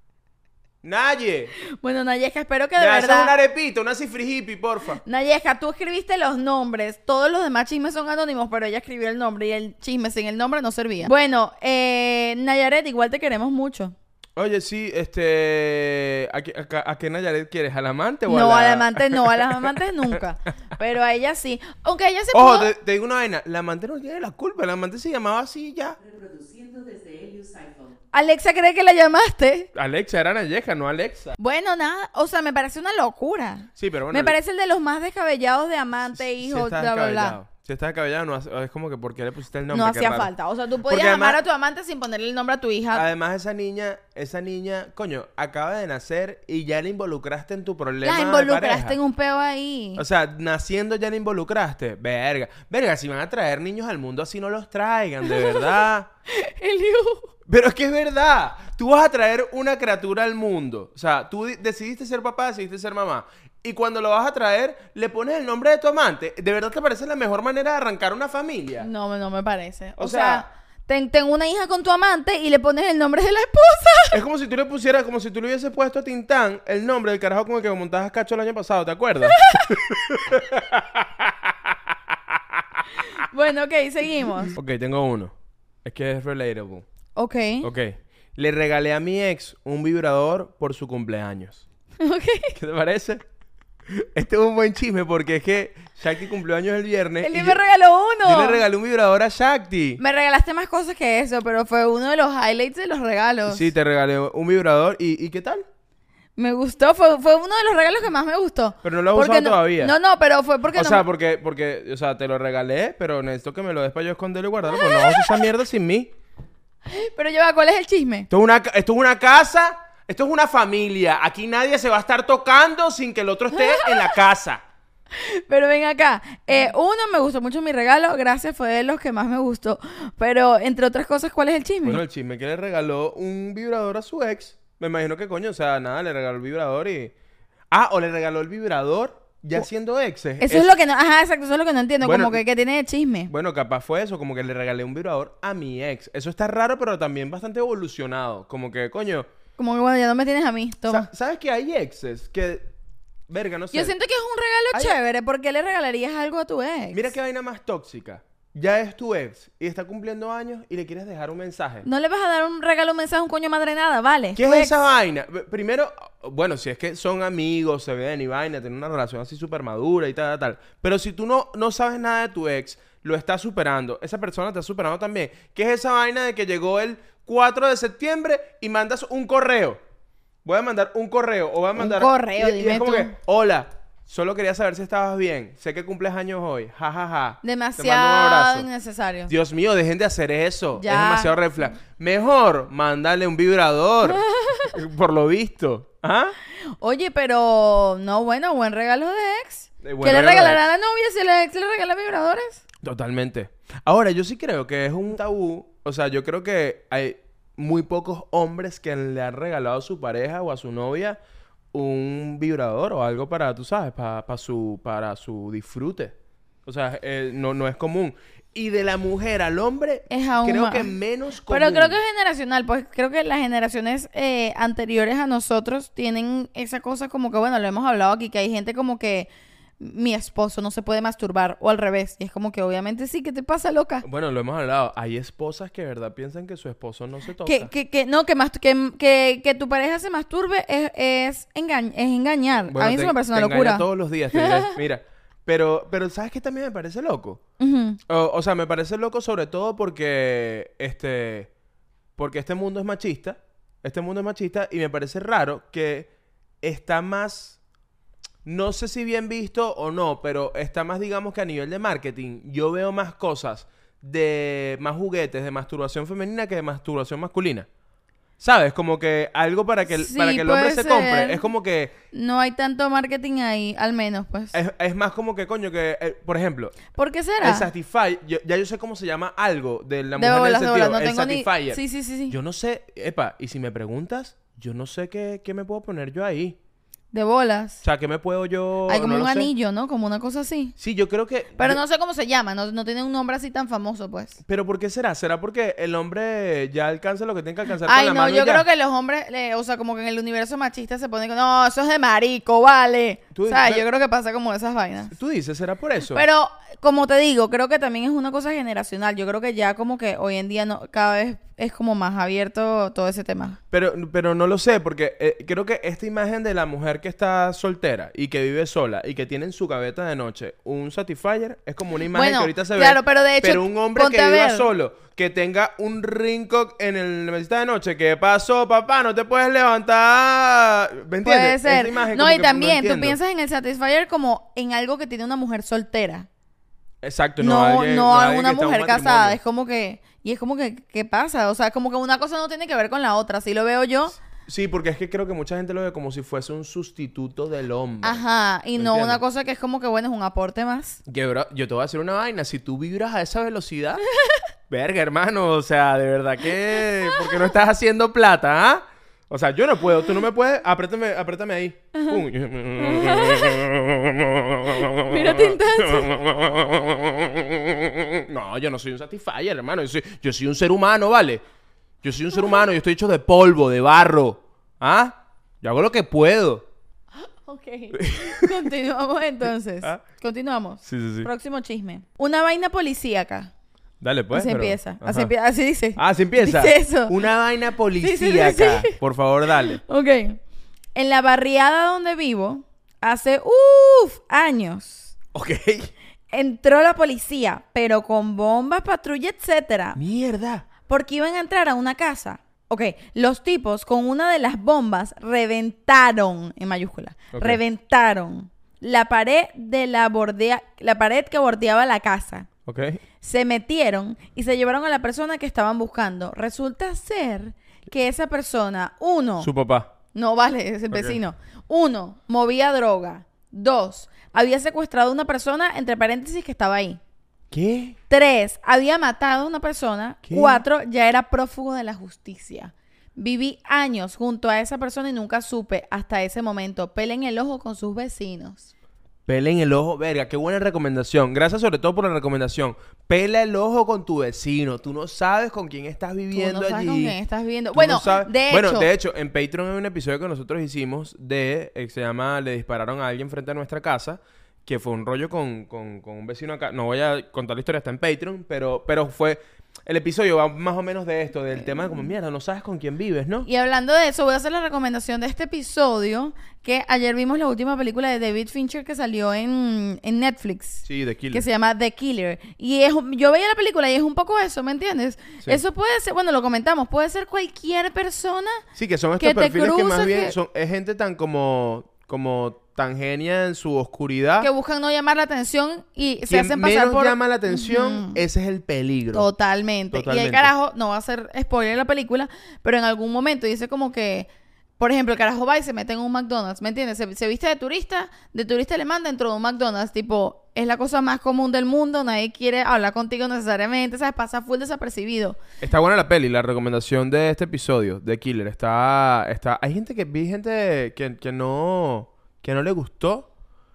¡Naye! Bueno, Nayesca, espero que de Me haces verdad... una arepita, una cifri hippie, porfa. Nayesca, tú escribiste los nombres. Todos los demás chismes son anónimos, pero ella escribió el nombre y el chisme sin el nombre no servía. Bueno, eh, Nayaret, igual te queremos mucho. Oye, sí, este... ¿A, qué- a, a qué Nayaret quieres? ¿Al amante o a No, la...? a la amante no, a las amantes nunca. Pero a ella sí. Aunque ella se Ojo, pudo... te, te digo una vaina. La amante no tiene la culpa. La amante se llamaba así y ya. Reproduciendo desde Helios iPhone. Alexa cree que la llamaste. Alexa era Nayesca, no Alexa. Bueno, nada, o sea, me parece una locura. Sí, pero bueno... me parece el de los más descabellados de amante, si hijo, estás bla, bla, bla. descabellado. Si estás descabellado, no hace- es como que ¿por qué le pusiste el nombre? No Qué hacía raro. falta. O sea, tú Porque podías amar además- a tu amante sin ponerle el nombre a tu hija. Además, esa niña, esa niña, coño, acaba de nacer y ya la involucraste en tu problema La de involucraste pareja. en un peo ahí. O sea, naciendo ya la involucraste. Verga. Verga, si van a traer niños al mundo así no los traigan, de verdad. Elio. Pero es que es verdad. Tú vas a traer una criatura al mundo. O sea, tú di- decidiste ser papá, decidiste ser mamá. Y cuando lo vas a traer, le pones el nombre de tu amante. ¿De verdad te parece la mejor manera de arrancar una familia? No, no me parece. O, O sea, sea, ten- tengo una hija con tu amante y le pones el nombre de la esposa. Es como si tú le pusieras, como si tú le hubieses puesto a Tintán el nombre del carajo con el que montabas cacho el año pasado, ¿te acuerdas? Bueno, ok, seguimos. Ok, tengo uno. Es que es relatable. Ok. Ok. Le regalé a mi ex un vibrador por su cumpleaños. Ok. ¿Qué te parece? Este es un buen chisme porque es que Shakti cumplió años el viernes. Él y me yo- regaló uno. Yo le regalé un vibrador a Shakti. Me regalaste más cosas que eso, pero fue uno de los highlights de los regalos. Sí, te regalé un vibrador. ¿Y, y qué tal? Me gustó, fue, fue uno de los regalos que más me gustó. Pero no lo has Porque usado no- todavía. No, no, pero fue porque O no... sea, porque, porque, o sea, te lo regalé, pero necesito que me lo des para yo esconderlo y guardarlo, porque no vas a usar esa mierda sin mí. Pero lleva, ¿cuál es el chisme? Esto es una, ca- esto es una casa, esto es una familia. Aquí nadie se va a estar tocando sin que el otro esté en la casa. Pero ven acá. Eh, uno, me gustó mucho mi regalo. Gracias, fue de los que más me gustó. Pero, entre otras cosas, ¿cuál es el chisme? Bueno, el chisme que le regaló un vibrador a su ex. Me imagino que coño, o sea, nada, le regaló el vibrador y... Ah, o le regaló el vibrador ya siendo exes. Eso es lo que no... Ajá, exacto, eso es lo que no entiendo. Bueno, como que, que tiene de chisme. Bueno, capaz fue eso, como que le regalé un vibrador a mi ex. Eso está raro, pero también bastante evolucionado. Como que, coño... Como que, bueno, ya no me tienes a mí. Toma. sa- ¿Sabes que hay exes que... Verga, no sé. Yo siento que es un regalo Ay, chévere. ¿Por qué le regalarías algo a tu ex? Mira qué vaina más tóxica. Ya es tu ex y está cumpliendo años y le quieres dejar un mensaje. No le vas a dar un regalo, un mensaje a un coño madre nada, ¿vale? ¿Qué Tu es ex. esa vaina? B- Primero, bueno, si es que son amigos, se ven y vaina, tienen una relación así súper madura y tal, tal, tal. Pero si tú no, no sabes nada de tu ex, lo estás superando, esa persona te está superando también. ¿Qué es esa vaina de que llegó el cuatro de septiembre y mandas un correo? Voy a mandar un correo o voy a mandar... correo, y, y dime es como tú. que, hola, solo quería saber si estabas bien. Sé que cumples años hoy. Ja, ja, ja. Te mando un Demasiado abrazo. innecesario. Dios mío, dejen de hacer eso. Ya. Es demasiado red flag. Mejor, mándale un vibrador. Por lo visto. ¿Ah? Oye, pero... No, bueno, buen regalo de ex. Eh, buen ¿Qué le regalo de regalará a ex. la novia si el ex le regala vibradores? Totalmente. Ahora, yo sí creo que es un tabú. O sea, yo creo que hay muy pocos hombres que le han regalado a su pareja o a su novia un vibrador o algo para, tú sabes, para, para su, para su disfrute. O sea, eh, no, no es común. Y de la mujer al hombre, Es aún creo más. que menos común. Pero creo que es generacional, pues creo que las generaciones eh, anteriores a nosotros tienen esa cosa como que, bueno, lo hemos hablado aquí, que hay gente como que mi esposo no se puede masturbar, o al revés, y es como que obviamente sí, ¿qué te pasa, loca? Bueno, lo hemos hablado. Hay esposas que de verdad piensan que su esposo no se toca. Que, que, que no, que, mas- que, que, que tu pareja se masturbe es, es, engañ- es engañar. Bueno, a mí te- eso me parece te una engaña locura. todos los días. te diré, mira, pero, pero ¿sabes qué también me parece loco? Ujú. O, o sea, me parece loco sobre todo porque este, porque este mundo es machista. Este mundo es machista y me parece raro que está más, no sé si bien visto o no, pero está más, digamos que a nivel de marketing, yo veo más cosas de más juguetes de masturbación femenina que de masturbación masculina. ¿Sabes? Como que algo para que el, Sí, para que el hombre puede se ser. compre. Es como que No hay tanto marketing ahí, al menos, pues. es, es más como que, coño, que, eh, por ejemplo, ¿Por qué será? el Satisfy, yo- ya yo sé cómo se llama algo de la De mujer bolas, en de el sentido, bolas, no el tengo ni... Satisfyer. Sí, sí, sí, sí. Yo no sé, epa, y si me preguntas, yo no sé qué, qué me puedo poner yo ahí. De bolas. O sea, ¿qué me puedo yo...? Hay como no un lo sé. anillo, ¿no? Como una cosa así. Sí, yo creo que... Pero yo- no sé cómo se llama, no, no tiene un nombre así tan famoso, pues. ¿Pero por qué será? ¿Será porque el hombre ya alcanza lo que tiene que alcanzar Ay, con la no, mano y yo ya? creo que los hombres, eh, o sea, como que en el universo machista se pone que no, eso es de marico, vale. Tú- o sea, pero- yo creo que pasa como esas vainas. Tú dices, ¿será por eso? Pero, como te digo, creo que también es una cosa generacional. Yo creo que ya como que hoy en día no, cada vez es como más abierto todo ese tema. Pero, pero no lo sé, porque eh, creo que esta imagen de la mujer que está soltera y que vive sola y que tiene en su gaveta de noche un Satisfyer es como una imagen Bueno, que ahorita se claro, ve. pero de hecho, Pero un hombre ponte que a viva ver. solo, que tenga un ringcock en el- la mesita de noche, ¿qué pasó, papá? No te puedes levantar. ¿Me entiendes? Puede Esta ser. imagen No, como y que también tú entiendo. piensas en el Satisfyer como en algo que tiene una mujer soltera. Exacto, no, No, alguien- no a alguien una que está en un mujer casada. matrimonio. Es como que... Y es como que, ¿qué pasa? O sea, como que una cosa no tiene que ver con la otra. Así lo veo yo. Sí, porque es que creo que mucha gente lo ve como si fuese un sustituto del hombre. Ajá, y ¿Me no entiendes? una cosa que es como que, bueno, es un aporte más. Que, bro, yo te voy a decir una vaina. Si tú vibras a esa velocidad, verga, hermano. O sea, de verdad que... ¿Por qué no estás haciendo plata, ah? O sea, yo no puedo. Tú no me puedes... Apriétame, apriétame ahí. Pum. Mírate intenso. No, yo no soy un Satisfyer, hermano. Yo soy, yo soy un ser humano, ¿vale? Yo soy un ser humano. Yo estoy hecho de polvo, de barro. ¿Ah? Yo hago lo que puedo. Ok. Continuamos entonces. ¿Ah? Continuamos. Sí, sí, sí. Próximo chisme. Una vaina policíaca. Dale, pues. así pero- empieza. Ajá. Así, empie- así dice. Ah, ¿así empieza? Dice eso. Una vaina sí, policíaca. sí. Por favor, dale. Ok. En la barriada donde vivo, hace uff años, Ok. entró la policía, pero con bombas, patrulla, etcétera, Mierda. porque iban a entrar a una casa. Ok, los tipos con una de las bombas reventaron, en mayúscula, Ok. reventaron la pared de la bordea, la pared que bordeaba la casa. Ok. Se metieron y se llevaron a la persona que estaban buscando. Resulta ser que esa persona, uno, Su papá. no vale, es el Ok. vecino. Uno, movía droga. Dos, había secuestrado a una persona, entre paréntesis, que estaba ahí. ¿Qué? Tres, había matado a una persona. ¿Qué? Cuatro, ya era prófugo de la justicia. Viví años junto a esa persona y nunca supe hasta ese momento. Pelen el ojo con sus vecinos. Pela en el ojo. Verga, qué buena recomendación. Gracias sobre todo por la recomendación. Pela el ojo con tu vecino. Tú no sabes con quién estás Tú viviendo no sabes allí. con quién estás viviendo. Tú Bueno, no sabes- de Bueno, hecho, de hecho, en Patreon hay un episodio que nosotros hicimos de... eh, se llama Le dispararon a alguien frente a nuestra casa. Que fue un rollo con, con, con un vecino acá. No voy a contar la historia, está en Patreon. Pero, pero fue... El episodio va más o menos de esto. Del tema de como, mierda, no sabes con quién vives, ¿no? y hablando de eso, voy a hacer la recomendación de este episodio, que ayer vimos la última película de David Fincher que salió en, en Netflix. Sí, de Killer. Que se llama The Killer. Y es, un- yo veía la película y es un poco eso, ¿me entiendes? Sí. Eso puede ser, bueno, lo comentamos, puede ser cualquier persona. Sí, que son estos que te perfiles que más cruzas, bien que- son... Es gente tan como... Como tan genia en su oscuridad. Que buscan no llamar la atención y se Quien hacen pasar menos por... llama la atención, Ujú. ese es el peligro. Totalmente. Y Totalmente. el carajo, no va a ser spoiler de la película, pero en algún momento dice como que, por ejemplo, el carajo va y se mete en un McDonald's, ¿me entiendes? Se, se viste de turista, de turista alemán dentro de un McDonald's, tipo, es la cosa más común del mundo, nadie quiere hablar contigo necesariamente, ¿sabes? Pasa full desapercibido. Está buena la peli, la recomendación de este episodio de Killer. Está, está, hay gente que vi gente que, que no, que no le gustó,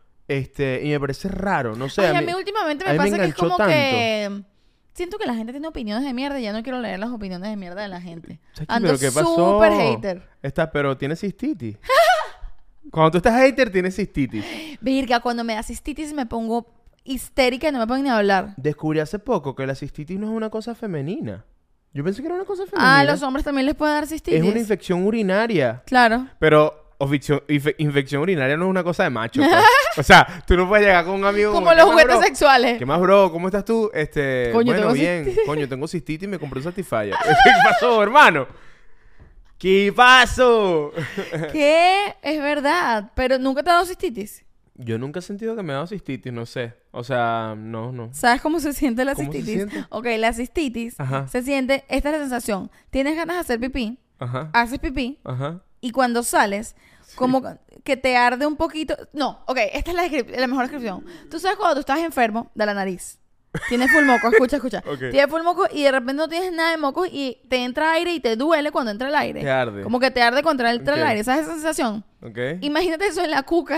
este, y me parece raro, no sé. Ay, a mí últimamente me a mí me pasa que es enganchó como tanto. que... Siento que la gente tiene opiniones de mierda y ya no quiero leer las opiniones de mierda de la gente. Saki, Ando ¿pero qué pasó? súper hater. Está, pero tienes cistitis. Cuando tú estás hater, tienes cistitis. Virga, cuando me da cistitis me pongo histérica y no me pueden ni hablar. Descubrí hace poco que la cistitis no es una cosa femenina. Yo pensé que era una cosa femenina. Ah, a los hombres también les puede dar cistitis. Es una infección urinaria. Claro. Pero oficio- infe- infección urinaria no es una cosa de macho. Pues. O sea, tú no puedes llegar con un amigo Como ¿qué los más, juguetes bro? sexuales. ¿Qué más, bro? ¿Cómo estás tú? Este, Coño, bueno, tengo bien. Coño, tengo cistitis y me compré un Satisfyer. ¿Qué pasó, hermano? ¿Qué pasó? ¿Qué? Es verdad. Pero nunca te ha dado cistitis. Yo nunca he sentido que me ha dado cistitis, no sé. O sea, no, no. ¿Sabes cómo se siente la ¿Cómo se cistitis? siente? Ok, la cistitis Ajá. se siente, esta es la sensación. Tienes ganas de hacer pipí, Ajá. haces pipí Ajá. y cuando sales, como que te arde un poquito. No, ok, esta es la, descrip- la mejor descripción. Tú sabes cuando tú estás enfermo de la nariz. Tienes full moco, escucha, escucha. Ok. Tienes full moco y de repente no tienes nada de moco y te entra aire y te duele cuando entra el aire. Te arde. Como que te arde cuando entra el Ok. aire. ¿Sabes esa sensación? ¿Ok? Imagínate eso en la cuca.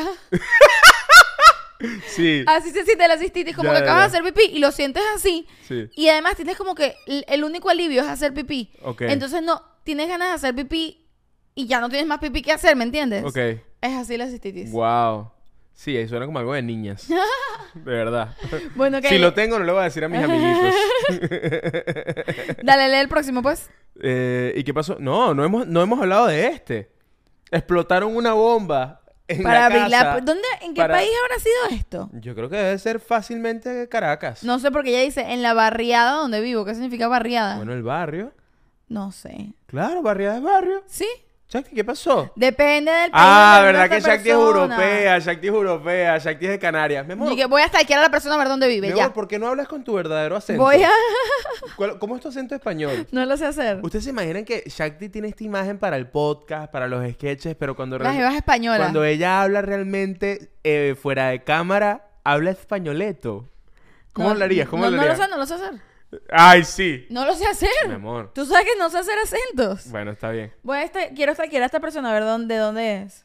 Sí. Así se siente la cistitis, como Ya, que ya, acabas ya. de hacer pipí y lo sientes así. Sí. Y además tienes como que el, el único alivio es hacer pipí. Ok. Entonces no, tienes ganas de hacer pipí y ya no tienes más pipí que hacer, ¿me entiendes? Ok. Es así la cistitis. Wow. Sí, ahí suena como algo de niñas. De verdad. Bueno, ok. Si lo tengo, no le voy a decir a mis amiguitos. Dale, lee el próximo, pues. Eh, ¿y qué pasó? No, no hemos, no hemos hablado de este. Explotaron una bomba en Para la abrir la... casa. ¿Dónde, ¿En qué para- país habrá sido esto? Yo creo que debe ser fácilmente Caracas. No sé, porque ella dice en la barriada donde vivo. ¿Qué significa barriada? Bueno, el barrio. No sé. Claro, barriada es barrio. ¿Sí? Shakti, ¿qué pasó? Depende del país. Ah, donde viva verdad que esta Shakti es persona. europea, Shakti es europea, Shakti es de Canarias. Mi amor, Y que voy a stalkear a la persona a ver dónde vive, mi ya. amor, ¿por qué no hablas con tu verdadero acento? Voy a... ¿Cuál- ¿Cómo es tu acento español? No lo sé hacer. Ustedes se imaginan que Shakti tiene esta imagen para el podcast, para los sketches, pero cuando, Las real- jevas españolas. cuando ella habla realmente eh, fuera de cámara, habla españoleto. ¿Cómo No, hablarías? ¿Cómo no, no hablarías? lo sé, no lo sé hacer. Ay, sí. No lo sé hacer. Mi amor. Tú sabes que no sé hacer acentos. Bueno, está bien. Voy a este, quiero stalkear a esta persona a ver dónde, de dónde es.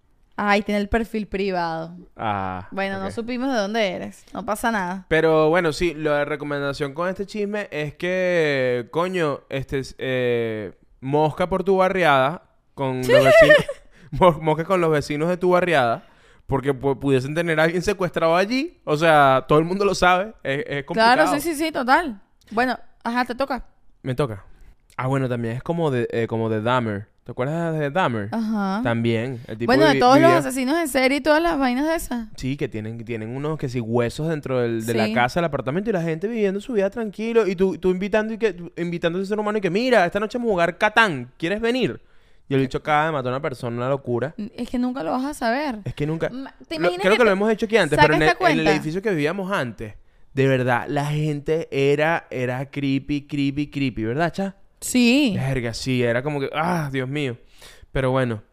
Ay, tiene el perfil privado. Ah, Bueno, no ok. supimos de dónde eres. No pasa nada. Pero bueno, sí, la recomendación con este chisme es que, coño, este es, eh, mosca por tu barriada con los vecinos, mo- mosca con los vecinos de tu barriada, porque pu- pudiesen tener a alguien secuestrado allí. O sea, todo el mundo lo sabe. Es, es complicado. Claro, sí, sí, sí, total. Bueno, ajá, te toca. Me toca. Ah, bueno, también es como de, eh, como de Dahmer. ¿Te acuerdas de Dahmer? Ajá. También. El tipo Bueno, de vivi- todos los vivía- asesinos en serie y todas las vainas de esas. Sí, que tienen, tienen unos que sí huesos dentro del- de la Sí. casa, del apartamento y la gente viviendo su vida tranquilo y tú, tú invitando y que tú- invitando a ese ser humano y que mira, esta noche vamos a jugar Catán, ¿quieres venir? Y el bicho acaba de matar a una persona, una locura. Es que nunca lo vas a saber. Es que nunca... Ma- ¿Te Lo- imaginas creo que, que lo te- hemos hecho aquí antes, saca pero en el, esta en el cuenta? edificio que vivíamos antes, de verdad, la gente era, era creepy, creepy, creepy, ¿verdad, cha? Sí. Verga, sí, era como que, ah, Dios mío. Pero bueno,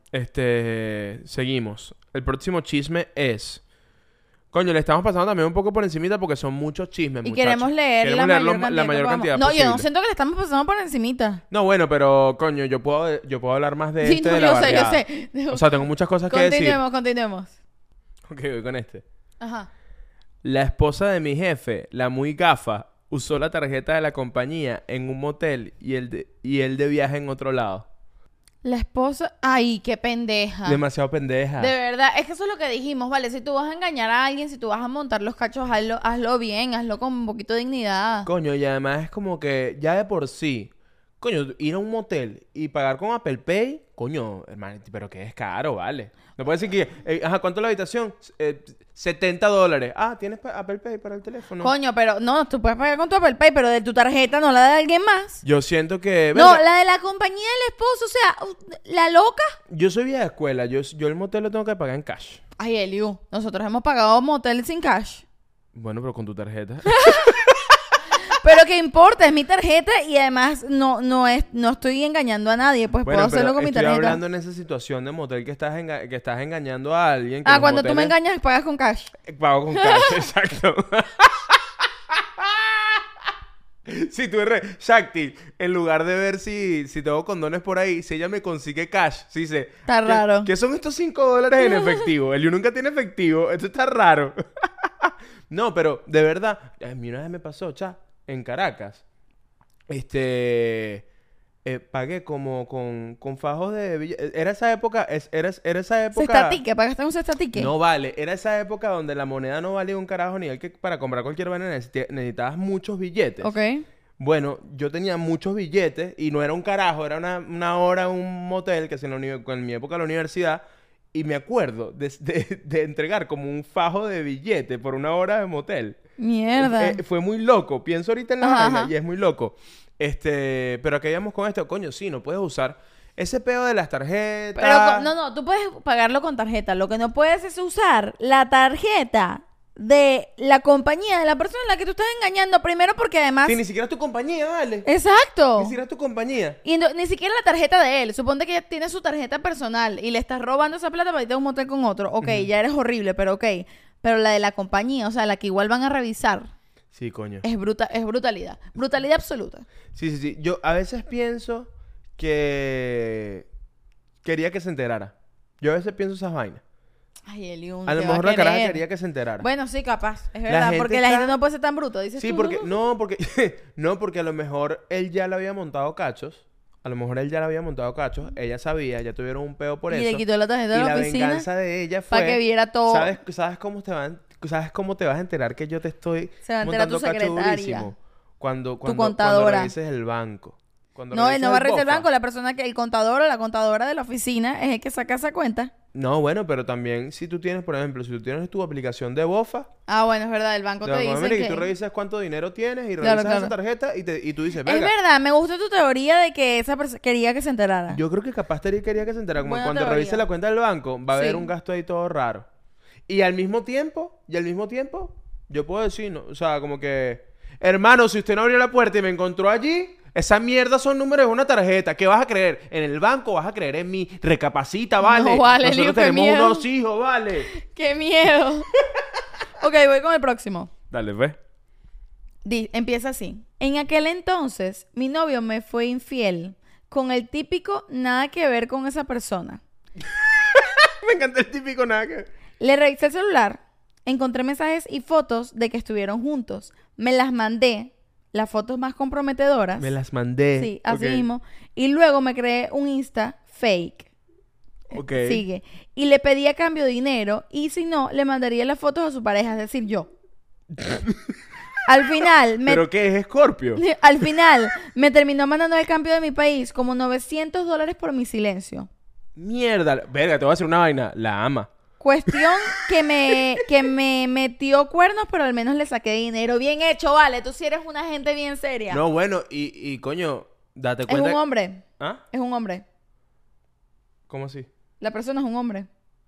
este, seguimos. El próximo chisme es, coño, le estamos pasando también un poco por encimita porque son muchos chismes, Y muchachos. queremos leer Queremos la leer mayor lo- cantidad, la que mayor podamos. cantidad No, yo no posible. siento que le estamos pasando por encimita. No, bueno, pero coño, yo puedo, yo puedo hablar más de Sí, este no, de la yo sé, yo barriada. sé. O sea, tengo muchas cosas que decir. Continuemos, continuemos. Ok, voy con este. Ajá. La esposa de mi jefe, la muy gafa, usó la tarjeta de la compañía en un motel y él de, y él de viaje en otro lado. La esposa... Ay, qué pendeja. Demasiado pendeja. De verdad, es que eso es lo que dijimos, ¿vale? Si tú vas a engañar a alguien, si tú vas a montar los cachos, hazlo, hazlo bien, hazlo con un poquito de dignidad. Coño, y además es como que ya de por sí, coño, ir a un motel y pagar con Apple Pay, coño, hermano, pero que es caro, ¿vale? No puede decir que, eh, ajá, ¿cuánto es la habitación? Eh, setenta dólares. Ah, ¿tienes pa- Apple Pay para el teléfono? Coño, pero no, tú puedes pagar con tu Apple Pay, pero de tu tarjeta, no la de alguien más. Yo siento que... No, verga, la de la compañía del esposo, o sea, uh, la loca. Yo soy vieja escuela, yo, yo el motel lo tengo que pagar en cash. Ay, Eliu, nosotros hemos pagado motel sin cash. Bueno, pero con tu tarjeta. Pero qué importa, es mi tarjeta y además no, no es, no estoy engañando a nadie, pues Bueno, puedo hacerlo pero con mi estoy tarjeta. hablando en esa situación de motel que estás, enga- que estás engañando a alguien. que Ah, los cuando tú me moteles- engañas, pagas con cash. Pago con cash, exacto. Si tú eres Shakti, en lugar de ver si, si tengo condones por ahí, si ella me consigue cash, si dice... Está ¿qué- raro. ¿Qué son estos cinco dólares en efectivo? El yo nunca tiene efectivo. Esto está raro. No, pero de verdad, a mí una vez me pasó, cha, en Caracas. Este... eh, pagué como con, con fajos de... bill- Era esa época... es- Era, era esa época... Cestatique, pagaste un cestatique. No vale, era esa época donde la moneda no valía un carajo ni el que para comprar cualquier vaina necesiti- necesitabas muchos billetes. Ok. Bueno, yo tenía muchos billetes y no era un carajo, era una, una hora en un motel que es en, la uni- en mi época de la universidad y me acuerdo de, de- de entregar como un fajo de billete por una hora de motel. Mierda. Eh, eh, fue muy loco, pienso ahorita en la Ajá, vaina ajá. y es muy loco. Este, pero ¿qué íbamos con esto? Coño, sí, no puedes usar ese peo de las tarjetas. Pero con- no, no, tú puedes pagarlo con tarjeta. Lo que no puedes es usar la tarjeta de la compañía de la persona en la que tú estás engañando. Primero porque además... Sí, ni siquiera es tu compañía, vale. Exacto. Ni siquiera es tu compañía. Y no- ni siquiera la tarjeta de él. Suponte que ella tiene su tarjeta personal y le estás robando esa plata para irte a un motel con otro. Ok, ya eres horrible, pero ok. Pero la de la compañía, o sea, la que igual van a revisar, Sí, coño. es, bruta es brutalidad. Brutalidad absoluta. Sí, sí, sí. Yo a veces pienso que quería que se enterara. Yo a veces pienso esas vainas. Ay, Eliun, A lo te va mejor la caraja querer. quería que se enterara. Bueno, sí, capaz. Es La verdad. gente Porque la está- gente no puede ser tan bruto, dices Sí, tú. porque no, porque no, porque a lo mejor él ya le había montado cachos. A lo mejor él ya le había montado cachos. Ella sabía, ya tuvieron un peo por y eso. le quitó la tarjeta y de la, la oficina venganza de ella fue para que viera todo. ¿Sabes, sabes cómo te van, sabes cómo te vas a enterar que yo te estoy Se va a enterar tu montando cacho secretaria. durísimo? Cuando cuando contadora. cuando revises el banco. Cuando No, él revises no va a el revisar el BOFA. banco. La persona que, el contador o la contadora de la oficina es el que saca esa cuenta. No, bueno, pero también si tú tienes, por ejemplo, si tú tienes tu aplicación de Bofa, Ah, bueno, es verdad, el banco de te Banco de dice América, que... y tú revisas cuánto dinero tienes y Claro, revisas claro. esa tarjeta y, te, y tú dices, Es verga, verdad, me gustó tu teoría de que esa persona quería que se enterara. yo creo que capaz Terry quería que se enterara. Como Buena cuando teoría. revise la cuenta del banco, va a haber Sí. un gasto ahí todo raro. Y al mismo tiempo, y al mismo tiempo, yo puedo decir, ¿no? O sea, como que, hermano, si usted no abrió la puerta y me encontró allí, esa mierda son números de una tarjeta. ¿Qué vas a creer? ¿En el banco vas a creer en mí? Recapacita, vale. No, vale, Nosotros Liu, qué tenemos miedo. unos hijos, vale. ¡Qué miedo! Ok, voy con el próximo. Dale, ve. Di- empieza así. En aquel entonces, mi novio me fue infiel con el típico nada que ver con esa persona. Me encanta el típico nada que... Le revisé el celular, encontré mensajes y fotos de que estuvieron juntos. Me las mandé, las fotos más comprometedoras. Me las mandé. Sí, así Ok. mismo. Y luego me creé un Insta fake. Ok. Sigue. Y le pedí a cambio dinero y si no, le mandaría las fotos a su pareja, es decir, yo. Al final, me, ¿Pero qué es Scorpio? al final, me terminó mandando al cambio de mi país como novecientos dólares por mi silencio. Mierda. Verga, te voy a hacer una vaina. La ama. Cuestión que me, que me metió cuernos, pero al menos le saqué dinero. Bien hecho, vale. Tú sí eres una gente bien seria. No, bueno, y, y coño, date es cuenta... un hombre. ¿Ah? Es un hombre. ¿Cómo así? La persona es un hombre.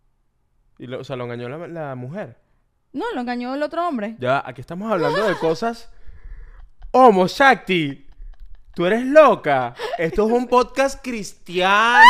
Y lo- o sea, lo engañó la, la mujer. No, lo engañó el otro hombre. Ya, aquí estamos hablando de cosas... Homo Shakti, tú eres loca. Esto es un podcast cristiano.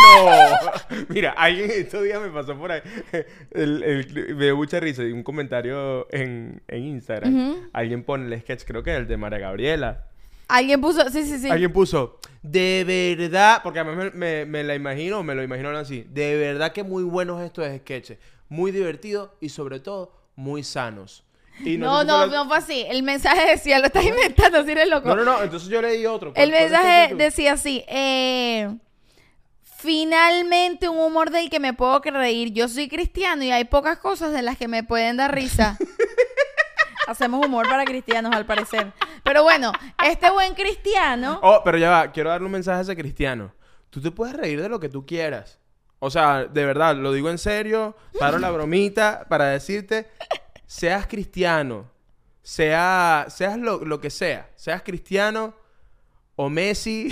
Mira, alguien estos días me pasó por ahí. El, el- me dio mucha risa. Y un comentario en, en Instagram. Ujú. Alguien pone el sketch, creo que el de María Gabriela. Alguien puso... Sí, sí, sí. Alguien puso, de verdad, porque además me, me, me la imagino, me lo imagino así, de verdad que muy buenos estos sketches, muy divertidos y sobre todo muy sanos. Y No, sé si no, fue la- no fue así. El mensaje decía, lo estás inventando, si eres loco. No, no, no, entonces yo leí otro. El ¿Cuál- cuál mensaje es tu- decía así, eh, finalmente un humor del que me puedo reír. Yo soy cristiano y hay pocas cosas de las que me pueden dar risa. Hacemos humor para cristianos, al parecer. Pero bueno, este buen cristiano... Oh, pero ya va, quiero darle un mensaje a ese cristiano. Tú te puedes reír de lo que tú quieras. O sea, de verdad, lo digo en serio, paro la bromita para decirte, seas cristiano, sea, seas lo, lo que sea, seas cristiano o Messi,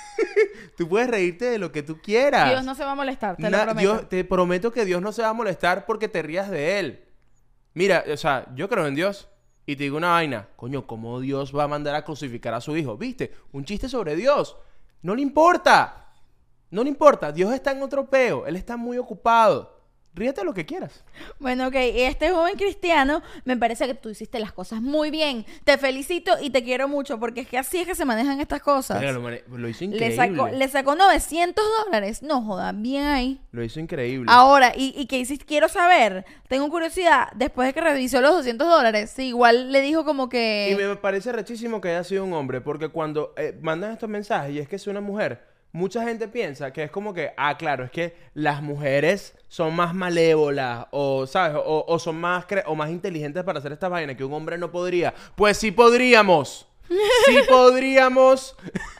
tú puedes reírte de lo que tú quieras. Dios no se va a molestar, te Na- lo prometo. Dios- te prometo que Dios no se va a molestar porque te rías de él. Mira, o sea, yo creo en Dios y te digo una vaina. Coño, ¿cómo Dios va a mandar a crucificar a su hijo? ¿Viste? Un chiste sobre Dios. No le importa. No le importa. Dios está en otro peo. Él está muy ocupado. Ríete lo que quieras. Bueno, ok, este joven cristiano, me parece que tú hiciste las cosas muy bien. Te felicito y te quiero mucho porque es que así es que se manejan estas cosas. Mira, lo, mane- lo hizo Le increíble. sacó, le sacó novecientos dólares. No joda, bien ahí. Lo hizo increíble. Ahora, ¿y, y qué hiciste? Quiero saber, tengo curiosidad, después de que revisó los doscientos dólares, si igual le dijo como que... Y me parece rechísimo que haya sido un hombre, porque cuando eh, mandan estos mensajes y es que es una mujer, mucha gente piensa que es como que, ah, claro, es que las mujeres son más malévolas o, ¿sabes? O, o son más cre- o más inteligentes para hacer estas vainas que un hombre no podría. Pues sí podríamos. Sí podríamos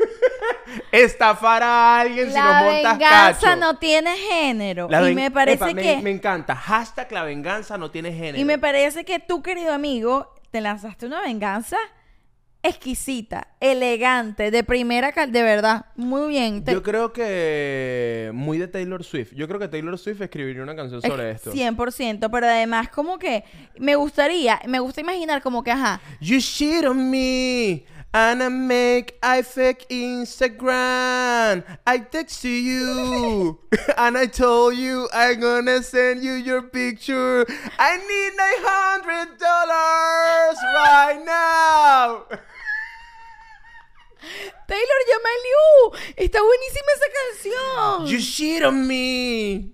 estafar a alguien si nos La montas venganza cacho. no tiene género. La y ven- me parece Epa, que... Me, me encanta. Hashtag la venganza no tiene género. Y me parece que tú, querido amigo, te lanzaste una venganza exquisita, elegante, de primera cal... De verdad, muy bien. Te- Yo creo que muy de Taylor Swift. Yo creo que Taylor Swift escribiría una canción sobre es esto. cien por ciento, pero además como que me gustaría, me gusta imaginar como que, ajá, You shit on me and I make I fake Instagram. I text to you and I told you I'm gonna send you your picture. I need nine hundred dollars right now. Taylor Yamaliu, está buenísima esa canción. You shit on me.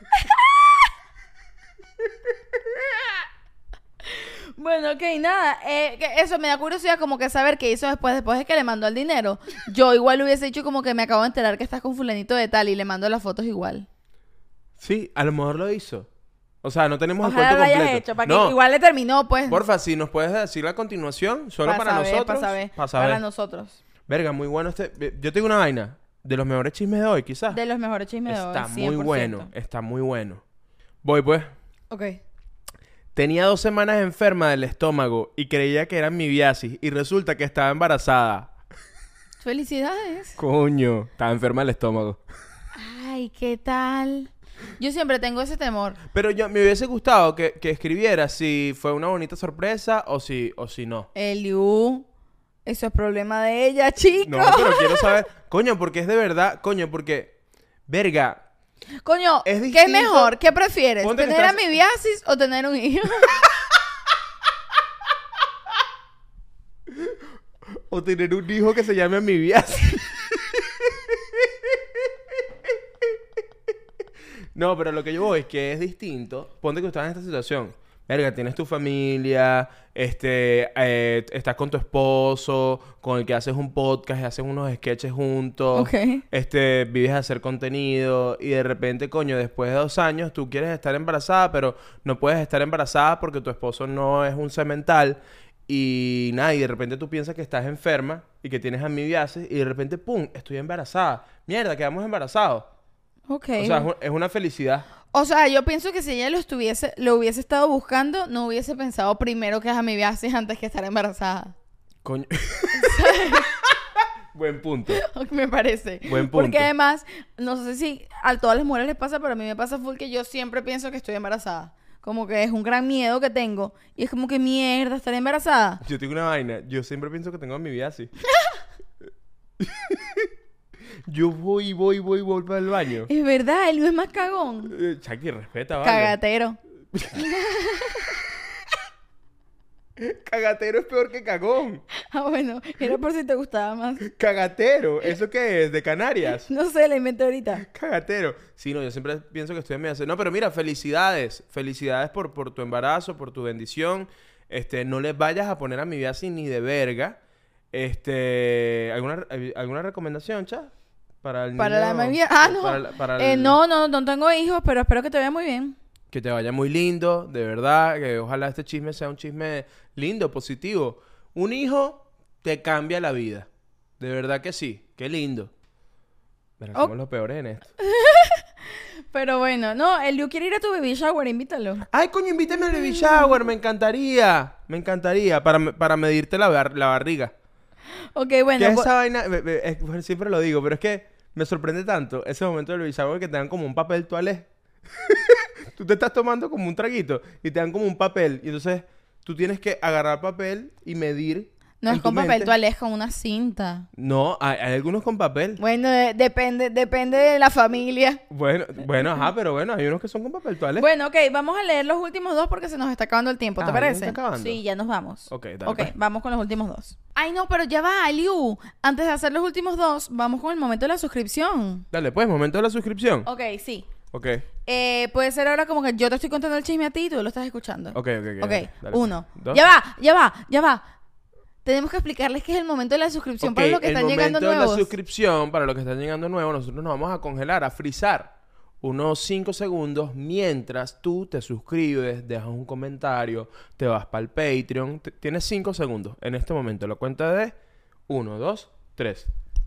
Bueno, ok, nada, eh, que eso me da curiosidad como que saber qué hizo después, después de que le mandó el dinero. Yo igual hubiese dicho como que me acabo de enterar que estás con fulanito de tal y le mando las fotos igual. Sí, a lo mejor lo hizo. O sea, no tenemos el Ojalá cuento lo hayas completo. hecho, para que No, igual le terminó, pues. porfa, si nos puedes decir la continuación, solo Pa' para saber, nosotros. pa' saber, pa' saber. para nosotros. Verga, muy bueno este. Yo te digo una vaina. De los mejores chismes de hoy, quizás. De los mejores chismes de hoy, Está muy cien por ciento. bueno. Está muy bueno. Voy pues. Ok. Tenía dos semanas enferma del estómago y creía que era mibiasis y resulta que estaba embarazada. Felicidades. Coño, estaba enferma del estómago. Ay, ¿qué tal? Yo siempre tengo ese temor. Pero yo me hubiese gustado que, que escribiera si fue una bonita sorpresa o si, o si no. Eliu, eso es problema de ella, chico. No, pero quiero saber. Coño, porque es de verdad. Coño, porque. Verga. Coño, Es ¿qué es distinto. mejor? ¿Qué prefieres? Ponte que ¿Tener estás- amibiasis o tener un hijo? O tener un hijo que se llame amibiasis. No, pero lo que yo voy es que es distinto. Ponte que estás en esta situación. Verga, tienes tu familia, este, eh, estás con tu esposo, con el que haces un podcast y haces unos sketches juntos. Ok. Este, vives a hacer contenido y de repente, coño, después de dos años tú quieres estar embarazada, pero no puedes estar embarazada porque tu esposo no es un semental. Y nada, y de repente tú piensas que estás enferma y que tienes amibiasis y de repente, ¡pum!, estoy embarazada. Mierda, quedamos embarazados. Ok. O sea, es, un- es una felicidad. O sea, yo pienso que si ella lo estuviese, lo hubiese estado buscando, no hubiese pensado primero que es amibiasis antes que estar embarazada. Coño. Buen punto. Me parece. Buen punto. Porque además, no sé si a todas las mujeres les pasa, pero a mí me pasa full que yo siempre pienso que estoy embarazada. Como que es un gran miedo que tengo. Y es como que mierda, estar embarazada. Yo tengo una vaina. Yo siempre pienso que tengo amibiasis. Yo voy, voy, voy, voy para el baño. Es verdad, él no es más cagón. Eh, Chucky, respeta, vale. Cagatero. Cagatero es peor que cagón. Ah, bueno, era por si te gustaba más. Cagatero. ¿Eso qué es? ¿De Canarias? No sé, la inventé ahorita. Cagatero. Sí, no, yo siempre pienso que estoy en medio. No, pero mira, felicidades. Felicidades por, por tu embarazo, por tu bendición. Este, no les vayas a poner a mi vida así ni de verga. Este, ¿alguna, alguna recomendación, cha? Para el Para la niño- mamá. Ah, no. Para, la- para Eh, el- no, no, no tengo hijos, pero espero que te vaya muy bien. Que te vaya muy lindo, de verdad. Que ojalá este chisme sea un chisme lindo, positivo. Un hijo te cambia la vida. De verdad que sí. Qué lindo. Pero Oh. somos los peores en esto. Pero bueno, no, el Liu quiere ir a tu baby shower, invítalo. Ay, coño, invítame al baby shower. Me encantaría. Me encantaría. Para, me- para medirte la, bar- la barriga. Ok, ¿Qué bueno. es vo- esa vaina? Me- me- es- bueno, siempre lo digo, pero es que me sorprende tanto ese momento del baby shower que te dan como un papel toalé. Tú te estás tomando como un traguito y te dan como un papel. Y entonces tú tienes que agarrar papel y medir. No en es tu con papel mente. toalé, es con una cinta. No, hay, hay algunos con papel. Bueno, de- depende, depende de la familia. Bueno, bueno, ajá, pero bueno, hay unos que son con papel toalé. Bueno, ok, vamos a leer los últimos dos porque se nos está acabando el tiempo, ¿te Ah, ¿ya se parece? está acabando? Sí, ya nos vamos. Ok, dale, Ok, pues. vamos con los últimos dos. Ay, no, pero ya va, Liu. Antes de hacer los últimos dos, vamos con el momento de la suscripción. Dale, pues, momento de la suscripción. Ok, sí. Ok, Eh, puede ser ahora como que yo te estoy contando el chisme a ti y tú lo estás escuchando. ok, ok. Ok, Ok, dale, dale, uno. pues. Dos. Ya va, ya va, ya va. Tenemos que explicarles que es el momento de la suscripción Ok, para los que el están llegando momento de nuevos. la suscripción, para los que están llegando nuevos, nosotros nos vamos a congelar, a frizar unos cinco segundos mientras tú te suscribes, dejas un comentario, te vas para el Patreon. T- Tienes cinco segundos en este momento. La cuenta de uno, dos, tres.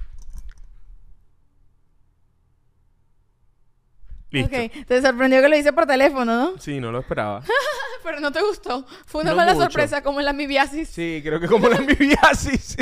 Listo. Ok, te sorprendió que lo hice por teléfono, ¿no? Sí, no lo esperaba. Pero no te gustó. Fue una No mala mucho. sorpresa como en la amibiasis. Sí, creo que como la amibiasis.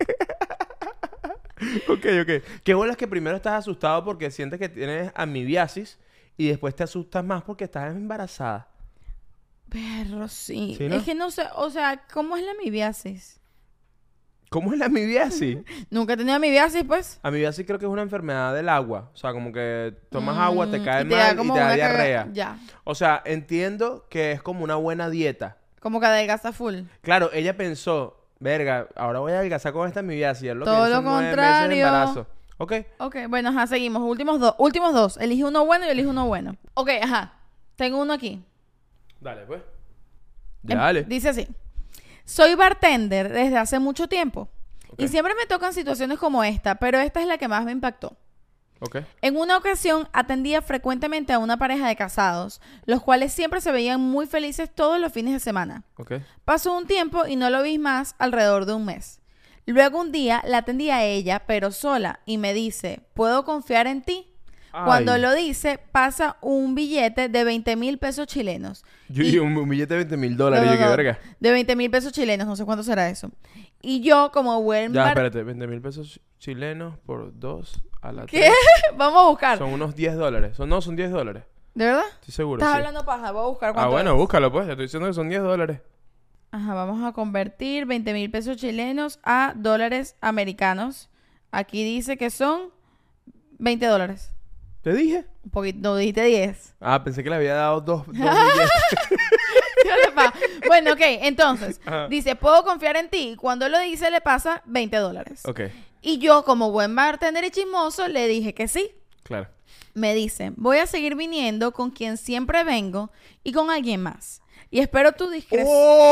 Ok, ok. Qué bueno es que primero estás asustado porque sientes que tienes amibiasis y después te asustas más porque estás embarazada. Perro, sí. ¿Sí, no? Es que no sé, o sea, ¿cómo es la amibiasis? ¿Cómo es la amibiasis? Nunca he tenido amibiasis, pues. Amibiasis creo que es una enfermedad del agua. O sea, como que tomas Mm, agua, te cae y te mal da y como te da una caga- diarrea. Ya. O sea, entiendo que es como una buena dieta. Como que adelgaza full. Claro, ella pensó, verga, ahora voy a adelgazar con esta amibiasis. Es lo Todo que lo son nueve meses de contrario. embarazo. Ok. Ok, bueno, ajá, seguimos. Últimos dos. Últimos dos. Elige uno bueno y elige uno bueno. Ok, ajá. Tengo uno aquí. Dale, pues. Em, Dale. Dice así. Soy bartender desde hace mucho tiempo. Ok. Y siempre me tocan situaciones como esta, pero esta es la que más me impactó. Ok. En una ocasión atendía frecuentemente a una pareja de casados, los cuales siempre se veían muy felices todos los fines de semana. Ok. Pasó un tiempo y no lo vi más alrededor de un mes. Luego un día la atendí a ella, pero sola, y me dice, ¿puedo confiar en ti? Cuando Ay. lo dice, pasa un billete de veinte mil pesos chilenos. Yo Y- y un, un billete de veinte mil dólares. No, Yo, no, qué no, verga. de veinte mil pesos chilenos, no sé cuánto será eso. Y yo, como buen Ya, bar- espérate. veinte mil pesos chilenos por dos a la ¿Qué? tres. Vamos a buscar. Son unos diez dólares. Son, no, son diez dólares. ¿De verdad? Estoy seguro, Estás sí. hablando paja, voy a buscar Ah, cuánto bueno, es. búscalo pues. Te estoy diciendo que son diez dólares. Ajá, vamos a convertir veinte mil pesos chilenos a dólares americanos. Aquí dice que son veinte dólares. ¿Te dije? Un poquito, no, dijiste diez. Ah, pensé que le había dado dos, dos billetes. Dale, pa. Bueno, ok, entonces, Ajá. dice, puedo confiar en ti. Cuando lo dice, le pasa veinte dólares. Ok, Y yo, como buen bartender y chismoso, le dije que sí. claro. Me dice, voy a seguir viniendo con quien siempre vengo y con alguien más. Y espero tu discreción.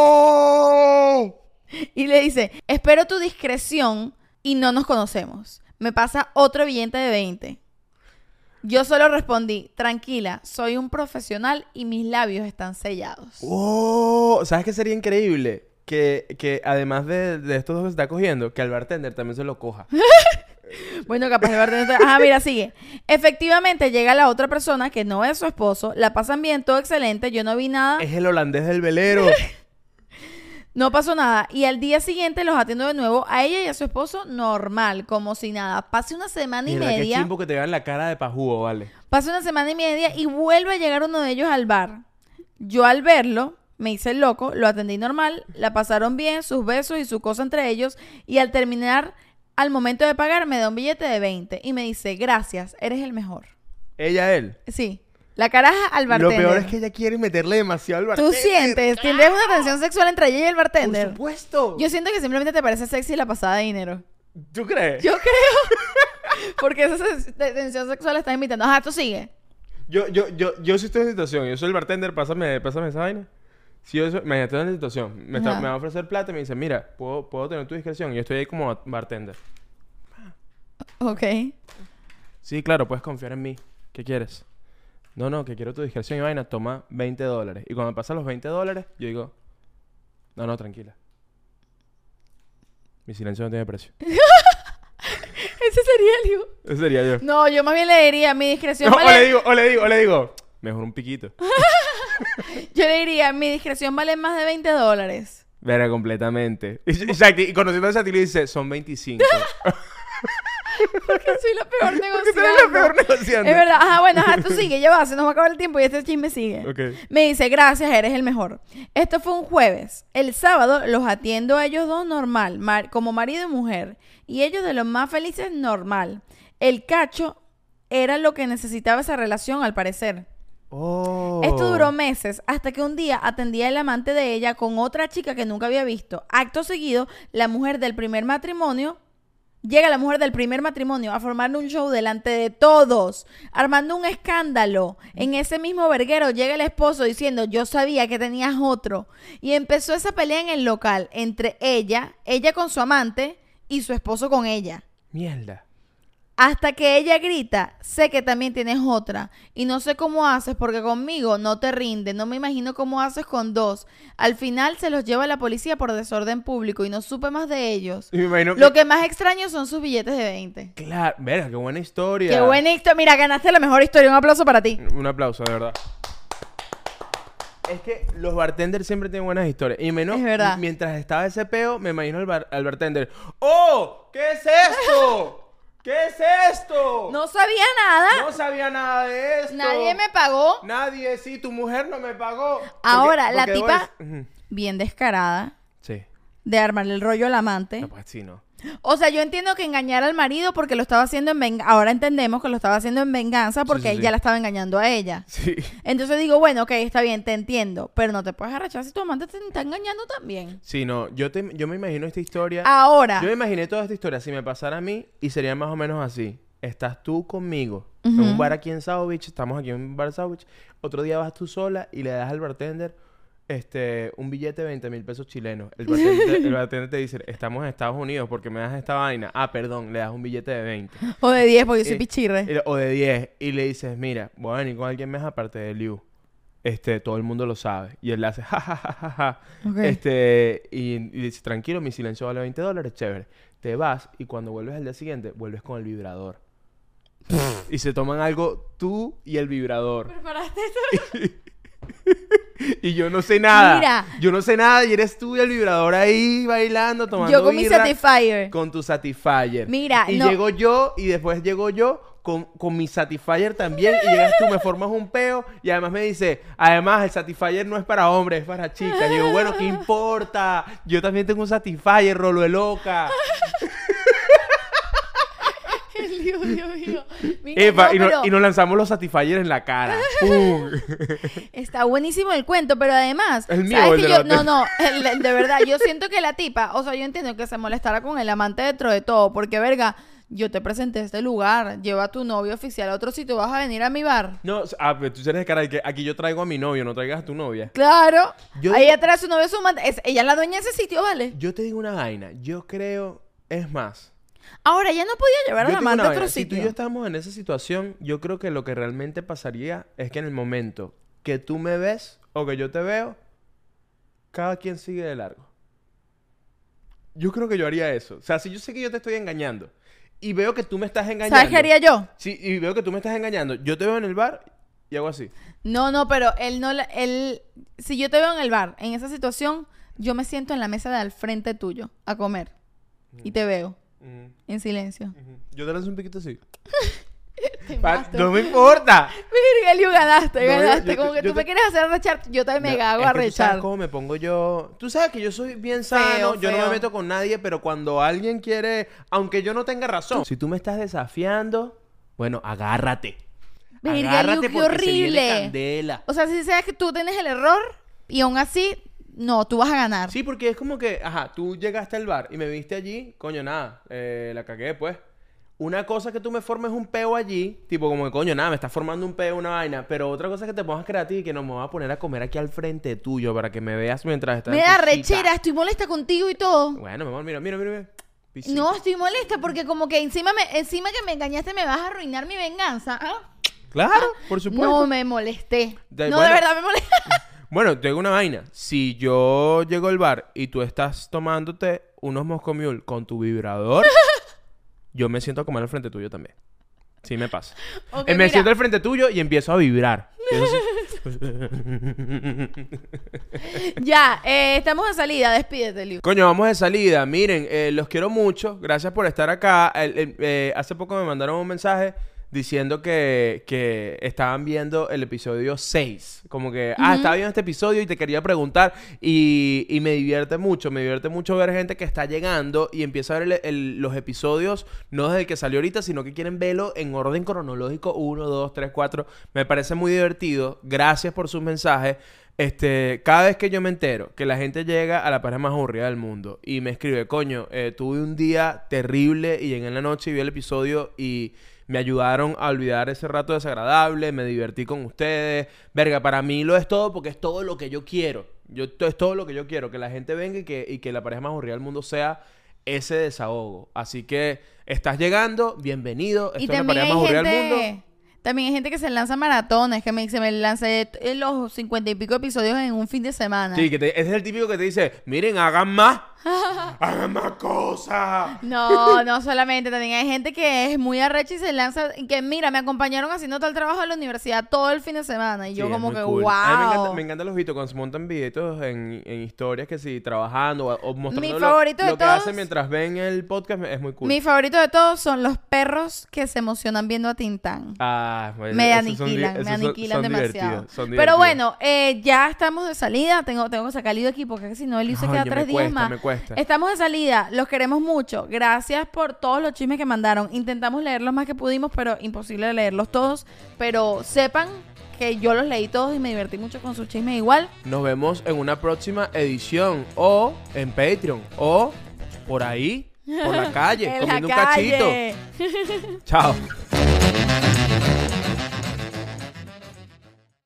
¡Oh! Y le dice, espero tu discreción y no nos conocemos. Me pasa otro billete de veinte. Yo solo respondí, tranquila, soy un profesional y mis labios están sellados. ¡Oh! ¿Sabes qué sería increíble? Que, que además de, de estos dos que se está cogiendo, que al bartender también se lo coja. Bueno, capaz de bartender... Ajá, mira, sigue. Efectivamente, llega la otra persona que no es su esposo, la pasan bien, todo excelente, yo no vi nada, Es el holandés del velero. no pasó nada. Y al día siguiente los atiendo de nuevo a ella y a su esposo normal, como si nada. Pase una semana y Mierda, qué media... chimbo que te vean la cara de pajúo, vale. Pasa una semana y media y vuelve a llegar uno de ellos al bar. Yo al verlo, me hice el loco, lo atendí normal, la pasaron bien, sus besos y su cosa entre ellos, y al terminar, al momento de pagar, me da un billete de veinte y me dice, gracias, eres el mejor. Ella, él. Sí, la caraja al Lo bartender. peor es que ella quiere meterle demasiado al Tú bartender. sientes, tienes una tensión sexual entre ella y el Por bartender. supuesto. Yo siento que simplemente te parece sexy la pasada de dinero. ¿Tú crees? Yo creo. Porque esa se- te- tensión sexual la estás invitando. Ajá, tú sigue. Yo, yo, yo, yo sí estoy en situación. Yo soy el bartender, pásame, pásame esa vaina. Si yo soy, imagínate, estoy en la situación. Me, está- Ajá. me va a ofrecer plata y me dice, mira, ¿puedo, puedo tener tu discreción. Y yo estoy ahí como bartender. Ok. Sí, claro, puedes confiar en mí. ¿Qué quieres? No, no, que quiero tu discreción y vaina. Toma veinte dólares. Y cuando me pasan los veinte dólares, yo digo, no, no, tranquila. Mi silencio no tiene precio. Ese sería el hijo. Ese sería yo. No, yo más bien le diría, mi discreción No, o vale... le digo, o le digo, o le digo, mejor un piquito. Yo le diría, mi discreción vale más de veinte dólares. Verá, completamente. Y, exacto, y conociendo a esa le dice, son veinticinco. Porque soy la peor negociando. Porque tú eres la peor negociando. Es verdad. Ajá, bueno, ajá, tú sigue, ya va, se nos va a acabar el tiempo y este chisme sigue. Ok. Me dice, gracias, eres el mejor. Esto fue un jueves. El sábado los atiendo a ellos dos normal, mar- como marido y mujer. Y ellos de los más felices normal. El cacho era lo que necesitaba esa relación, al parecer. Oh. Esto duró meses, hasta que un día atendía el amante de ella con otra chica que nunca había visto. Acto seguido, la mujer del primer matrimonio... Llega la mujer del primer matrimonio a formar un show delante de todos, armando un escándalo. En ese mismo verguero llega el esposo diciendo, yo sabía que tenías otro. Y empezó esa pelea en el local entre ella, ella con su amante y su esposo con ella. Mierda. Hasta que ella grita, sé que también tienes otra. Y no sé cómo haces porque conmigo no te rinde. No me imagino cómo haces con dos. Al final se los lleva la policía por desorden público y no supe más de ellos. Y me imagino que... Lo que más extraño son sus billetes de veinte. Claro, verga, qué buena historia. Qué buena historia. Mira, ganaste la mejor historia. Un aplauso para ti. Un aplauso, de verdad. Es que los bartenders siempre tienen buenas historias. Y menos, Es verdad. mientras estaba ese peo, me imagino al, bar- al bartender. ¡Oh! ¿Qué es esto? ¿Qué es esto? No sabía nada. No sabía nada de esto. Nadie me pagó. Nadie, sí, tu mujer no me pagó. Ahora, Porque- la porque tipa, debo dec- Ujú. bien descarada, Sí. de armarle el rollo al amante. No, pues sí, no. O sea, yo entiendo que engañar al marido porque lo estaba haciendo en venganza. Ahora entendemos que lo estaba haciendo en venganza porque sí, él sí. ya la estaba engañando a ella. Sí. Entonces digo, bueno, ok, está bien, te entiendo. Pero no te puedes arrachar si tu amante te está engañando también. Sí, no. Yo, te, yo me imagino esta historia. Ahora, Yo me imaginé toda esta historia. Si me pasara a mí, y sería más o menos así. Estás tú conmigo en Ujú. un bar aquí en South Beach. Estamos aquí en un bar South Beach. Otro día vas tú sola y le das al bartender este, un billete de veinte mil pesos chilenos. El bartender, el bartender te dice, estamos en Estados Unidos porque me das esta vaina. Ah, perdón, le das un billete de veinte. o de diez porque yo soy Eh, pichirre. Y- O de diez. Y le dices, mira, voy a venir con alguien más aparte de Liu. Este, todo el mundo lo sabe. Y él le hace, ja, ja, ja, ja, ja. Ok. Este, y, y dice, tranquilo, mi silencio vale veinte dólares, chévere. Te vas y cuando vuelves al día siguiente, vuelves con el vibrador. y se toman algo tú y el vibrador. ¿Preparaste eso? Y yo no sé nada. Mira. Yo no sé nada y eres tú y el vibrador ahí bailando, tomando Yo con mi birra, Satisfyer. con tu Satisfyer. Mira, y no. llego yo y después llego yo con, con mi Satisfyer también y llegas tú, me formas un peo y además me dice, además el Satisfyer no es para hombres, es para chicas. Y digo, bueno, ¿qué importa? Yo también tengo un Satisfyer, rolo de loca. Dios, Dios mío. Mira, Epa, no, y, no- pero y nos lanzamos los Satisfyers en la cara. ¡Pum! está buenísimo el cuento, pero además, El mío, ¿sabes el que de yo, la- no, no, el- el- de verdad, yo siento que la tipa, o sea, yo entiendo que se molestara con el amante dentro de todo, porque verga, yo te presenté a este lugar, lleva a tu novio oficial a otro sitio, vas a venir a mi bar. No, ah, pero tú eres de cara de que aquí yo traigo a mi novio, no traigas a tu novia. Claro, Yo ahí digo- atrás su novio, su amante, es- ella es la dueña de ese sitio, ¿vale? Yo te digo una vaina, yo creo, es más. Ahora, ella no podía llevar Yo al te digo amante una a otro vaina, si tú sitio. y yo estamos en esa situación, yo creo que lo que realmente pasaría es que en el momento que tú me ves o que yo te veo, cada quien sigue de largo. Yo creo que yo haría eso. O sea, si yo sé que yo te estoy engañando y veo que tú me estás engañando. ¿Sabes qué haría yo? Sí, y veo que tú me estás engañando. Yo te veo en el bar y hago así. No, no, pero él no, la- él, si yo te veo en el bar, en esa situación, yo me siento en la mesa de al frente tuyo a comer y te veo Ujú, en silencio. ujú. Yo te lanzo un piquito así. Te Pa- mato. no me importa. Virga, Eliu, ganaste, No, yo- ganaste. yo Como te- que yo tú te- me quieres hacer arrechar, yo también me No, hago es que tú sabes arrechar. cómo me pongo yo. Tú sabes que yo soy bien sano, Feo, yo no me feo. meto con nadie, pero cuando alguien quiere, aunque yo no tenga razón, si tú me estás desafiando, bueno, agárrate. Virga, agárrate Eliu, qué porque se viene horrible. candela. O sea, si sabes que tú tienes el error y aún así, no, tú vas a ganar. Sí, porque es como que, ajá, tú llegaste al bar y me viste allí, coño, nada, eh, la cagué, pues. Una cosa que tú me formes un peo allí, tipo como que, coño, nada, me estás formando un peo, una vaina, pero otra cosa es que te pongas creativo y que nos me voy a poner a comer aquí al frente tuyo para que me veas mientras estás Me en da tu cita. rechera, estoy molesta contigo y todo. Bueno, mi amor, mira, mira, mira, mira. Pisito. No, estoy molesta porque como que encima me, encima que me engañaste me vas a arruinar mi venganza. ¿Ah? Claro, por supuesto. No, me molesté. De- no, bueno. de verdad me molesté. Bueno, te digo una vaina. Si yo llego al bar y tú estás tomándote unos Moscow con tu vibrador, yo me siento a comer al frente tuyo también. Sí me pasa. Ok, Eh, me mira. siento al frente tuyo y empiezo a vibrar. Empiezo así. Ya, eh, estamos de salida, despídete, Liu. Coño, vamos de salida. Miren, eh, los quiero mucho. Gracias por estar acá. El- el- eh, hace poco me mandaron un mensaje diciendo que, que estaban viendo el episodio seis. Como que, ah, estaba viendo este episodio y te quería preguntar. Y, y me divierte mucho. Me divierte mucho ver gente que está llegando y empieza a ver el- el- los episodios, no desde el que salió ahorita, sino que quieren verlo en orden cronológico. Uno, dos, tres, cuatro. Me parece muy divertido. Gracias por sus mensajes. Este, cada vez que yo me entero que la gente llega a la pareja más aburrida del mundo y me escribe, coño, eh, tuve un día terrible y llegué en la noche y vi el episodio y me ayudaron a olvidar ese rato desagradable, me divertí con ustedes. Verga, para mí lo es todo porque es todo lo que yo quiero. Yo, esto es todo lo que yo quiero, que la gente venga y que, y que la pareja más aburrida del mundo sea ese desahogo. Así que estás llegando, bienvenido. Esto Y es la también pareja hay más aburrida del mundo. gente... También hay gente que se lanza maratones, que me dice, me lancé eh, los cincuenta y pico episodios en un fin de semana. Sí, que te- ese es el típico que te dice, miren, hagan más. hagan más cosas. No, no solamente, también hay gente que es muy arrecha y se lanza, y que mira, me acompañaron haciendo tal trabajo en la universidad todo el fin de semana. Y yo Sí, es como muy que, cool. wow. A mí me encanta, me encantan los videos cuando se montan videitos en, en historias que sí, trabajando o, o mostrando Mi lo- favorito lo, de que todos- hacen mientras ven el podcast. Es muy cool. Mi favorito de todos son los perros que se emocionan viendo a Tintán. Ah, pues, Me esos son di- aniquilan, me esos son- aniquilan son demasiado. divertidos, son Pero divertidos. bueno, eh, ya estamos de salida. Tengo, tengo que sacar el de aquí porque si no, el se Ay, queda ya tres me días cuesta, más. me cuesta. Estamos de salida. Los queremos mucho. Gracias por todos los chismes que mandaron. Intentamos leer los más que pudimos, pero imposible leerlos todos. Pero sepan que yo los leí todos y me divertí mucho con sus chismes igual. Nos vemos en una próxima edición o en Patreon o por ahí, por la calle, En comiendo la un cachito. calle. Chao.